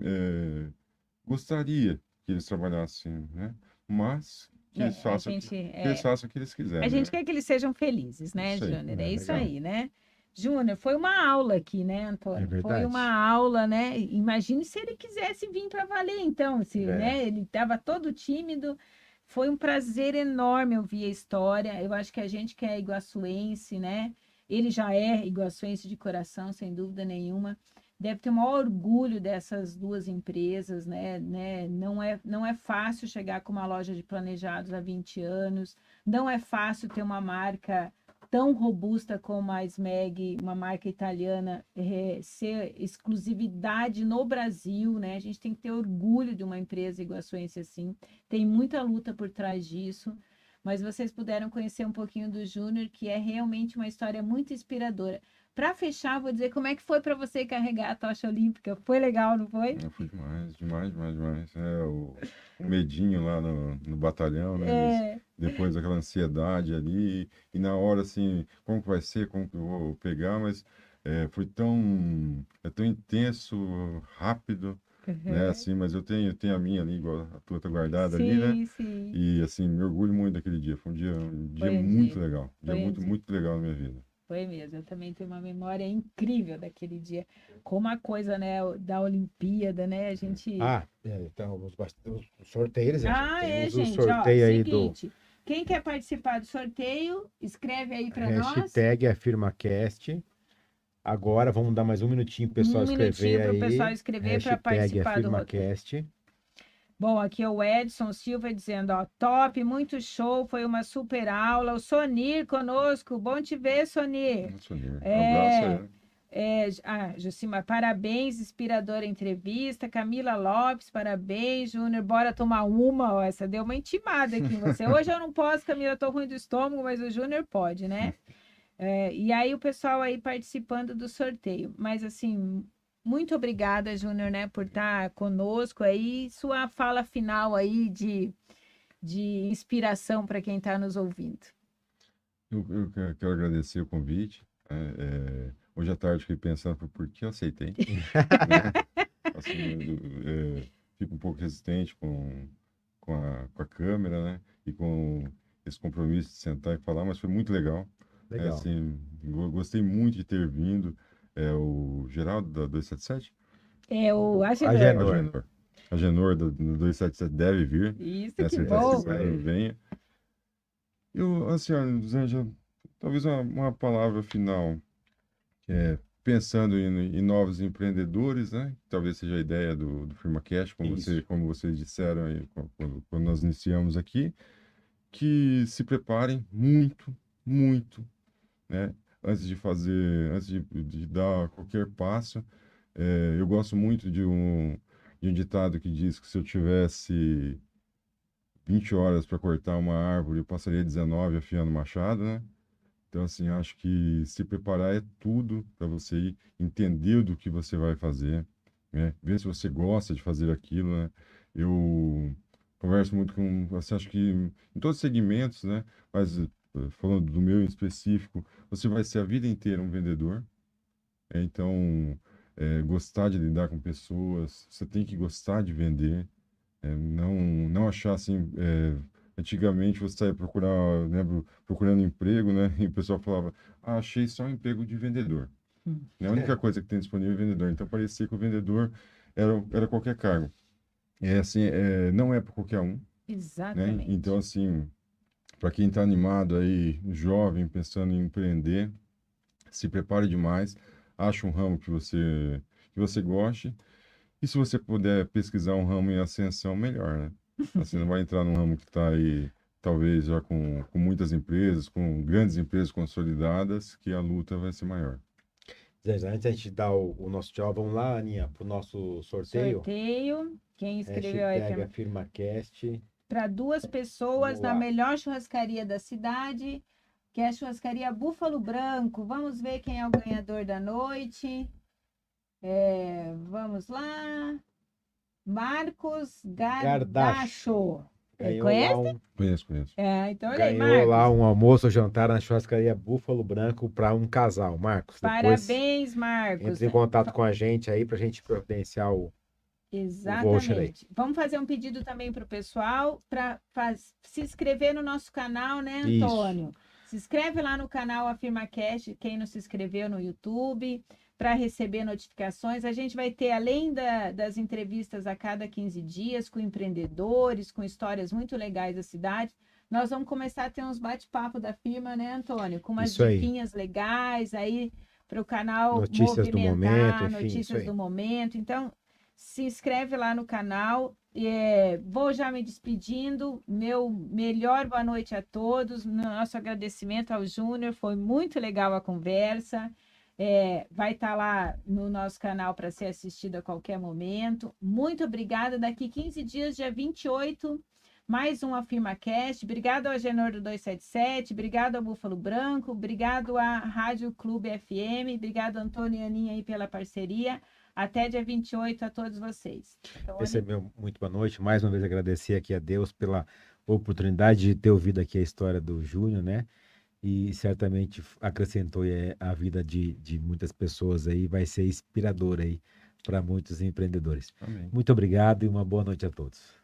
gostaria que eles trabalhassem, né? Mas que eles façam o que eles quiserem. A gente quer que eles sejam felizes, né, Júnior? É isso aí, né? Júnior, foi uma aula aqui, né, Antônio? É verdade. Foi uma aula, né? Imagine se ele quisesse vir para valer, então, né? Ele estava todo tímido. Foi um prazer enorme ouvir a história. Eu acho que a gente que é iguaçuense, né? Ele já é iguaçuense de coração, sem dúvida nenhuma. Deve ter o maior orgulho dessas duas empresas, né? Não é fácil chegar com uma loja de planejados há 20 anos, não é fácil ter uma marca tão robusta como a SMEG, uma marca italiana, ser exclusividade no Brasil, né? A gente tem que ter orgulho de uma empresa iguaçuense assim. Tem muita luta por trás disso, mas vocês puderam conhecer um pouquinho do Júnior, que é realmente uma história muito inspiradora. Para fechar, vou dizer como é que foi para você carregar a tocha olímpica. Foi legal, não foi? Foi demais. O medinho lá no batalhão, né? Depois aquela ansiedade ali, e na hora, assim, como que vai ser, como que eu vou pegar, mas foi tão intenso, rápido, né? Assim, mas eu tenho a minha ali, igual a tua tá guardada ali, né? Sim. E, assim, me orgulho muito daquele dia. Foi um dia muito legal. Muito legal na minha vida. Foi mesmo, eu também tenho uma memória incrível daquele dia. Como a coisa, né, da Olimpíada, né? A gente. Então, os sorteios, gente. O sorteio aí seguinte, quem quer participar do sorteio, escreve aí para nós. Hashtag AfirmaCast. Agora vamos dar mais um minutinho para o pessoal escrever aí. Para o pessoal escrever para participar do AfirmaCast. Bom, aqui é o Edson Silva dizendo, ó, top, muito show, foi uma super aula. O Sonir conosco, bom te ver, Sonir. Um abraço. Jucima, parabéns, inspiradora entrevista. Camila Lopes, parabéns. Júnior, bora tomar uma. Ó, essa deu uma intimada aqui em você. Hoje eu não posso, Camila, tô ruim do estômago, mas o Júnior pode, né? E aí o pessoal aí participando do sorteio. Mas assim, muito obrigada, Júnior, né, por estar conosco aí. Sua fala final aí de inspiração para quem está nos ouvindo. Eu quero agradecer o convite. Hoje à tarde fiquei pensando por que eu aceitei. Né? Assim, fico um pouco resistente com a câmera, né? E com esse compromisso de sentar e falar, mas foi muito legal. Assim, gostei muito de ter vindo. O Geraldo da 277? O Agenor. Agenor da 277 deve vir. Isso, que bom. Venha. Eu, assim, Zanja, talvez uma palavra final, pensando em novos empreendedores, né? Talvez seja a ideia do FirmaCast, como vocês disseram aí, quando nós iniciamos aqui, que se preparem muito, né? Antes de dar qualquer passo. Eu gosto muito de um ditado que diz que se eu tivesse 20 horas para cortar uma árvore, eu passaria 19 afiando o machado, né? Então, assim, acho que se preparar é tudo para você entender do que você vai fazer, né? Ver se você gosta de fazer aquilo, né? Eu converso muito com, assim, acho que em todos os segmentos, né? Mas falando do meu em específico, você vai ser a vida inteira um vendedor. Então, gostar de lidar com pessoas, você tem que gostar de vender, não achar assim. Antigamente você saía procurar, né, procurando emprego, né? E o pessoal falava, ah, achei só um emprego de vendedor. Hum. É a única coisa que tem disponível é vendedor. Então parecia que o vendedor era qualquer cargo. É assim, não é para qualquer um, né? Exatamente. Então, assim, para quem está animado aí, jovem, pensando em empreender, se prepare demais, ache um ramo que você goste. E se você puder pesquisar um ramo em ascensão, melhor, né? Assim, não vai entrar num ramo que está aí, talvez já com muitas empresas, com grandes empresas consolidadas, que a luta vai ser maior. Zé, antes da gente dar o nosso tchau, vamos lá, Aninha, pro nosso sorteio. Sorteio. Quem escreveu aí Hashtag AfirmaCast. para 2 pessoas Vamos na lá. melhor churrascaria da cidade, que é a churrascaria Búfalo Branco. Vamos ver quem é o ganhador da noite. Vamos lá. Marcos Gardacho. Ganhou lá Conhece? um, Conheço. Então, olha aí, ganhou lá Marcos. um almoço ou jantar na churrascaria Búfalo Branco para um casal. Marcos, depois Parabéns, Marcos. entre em contato com a gente aí para a gente providenciar o voucher aí. Exatamente. Vamos fazer um pedido também para o pessoal para se inscrever no nosso canal, né, Isso. Antônio? Se inscreve lá no canal AfirmaCast, quem não se inscreveu no YouTube, para receber notificações. A gente vai ter, além das entrevistas a cada 15 dias, com empreendedores, com histórias muito legais da cidade, nós vamos começar a ter uns bate-papo da firma, né, Antônio? Com umas Isso aí. diquinhas legais aí para o canal Notícias do momento, movimentar, enfim, isso notícias aí. do momento. Então, se inscreve lá no canal. Vou já me despedindo. Meu melhor boa noite a todos. Nosso agradecimento ao Júnior. Foi muito legal a conversa. Vai estar lá no nosso canal para ser assistido a qualquer momento. Muito obrigada. Daqui 15 dias, dia 28, mais um AfirmaCast. Obrigado ao Agenor do 277. Obrigado ao Búfalo Branco. Obrigado à Rádio Clube FM. Obrigado, Antônio e Aninha, aí pela parceria. Até dia 28 a todos vocês. Então, Recebeu muito boa noite. Mais uma vez agradecer aqui a Deus pela oportunidade de ter ouvido aqui a história do Júnior, né? E certamente acrescentou a vida de muitas pessoas aí, vai ser inspirador aí para muitos empreendedores. Amém. Muito obrigado e uma boa noite a todos.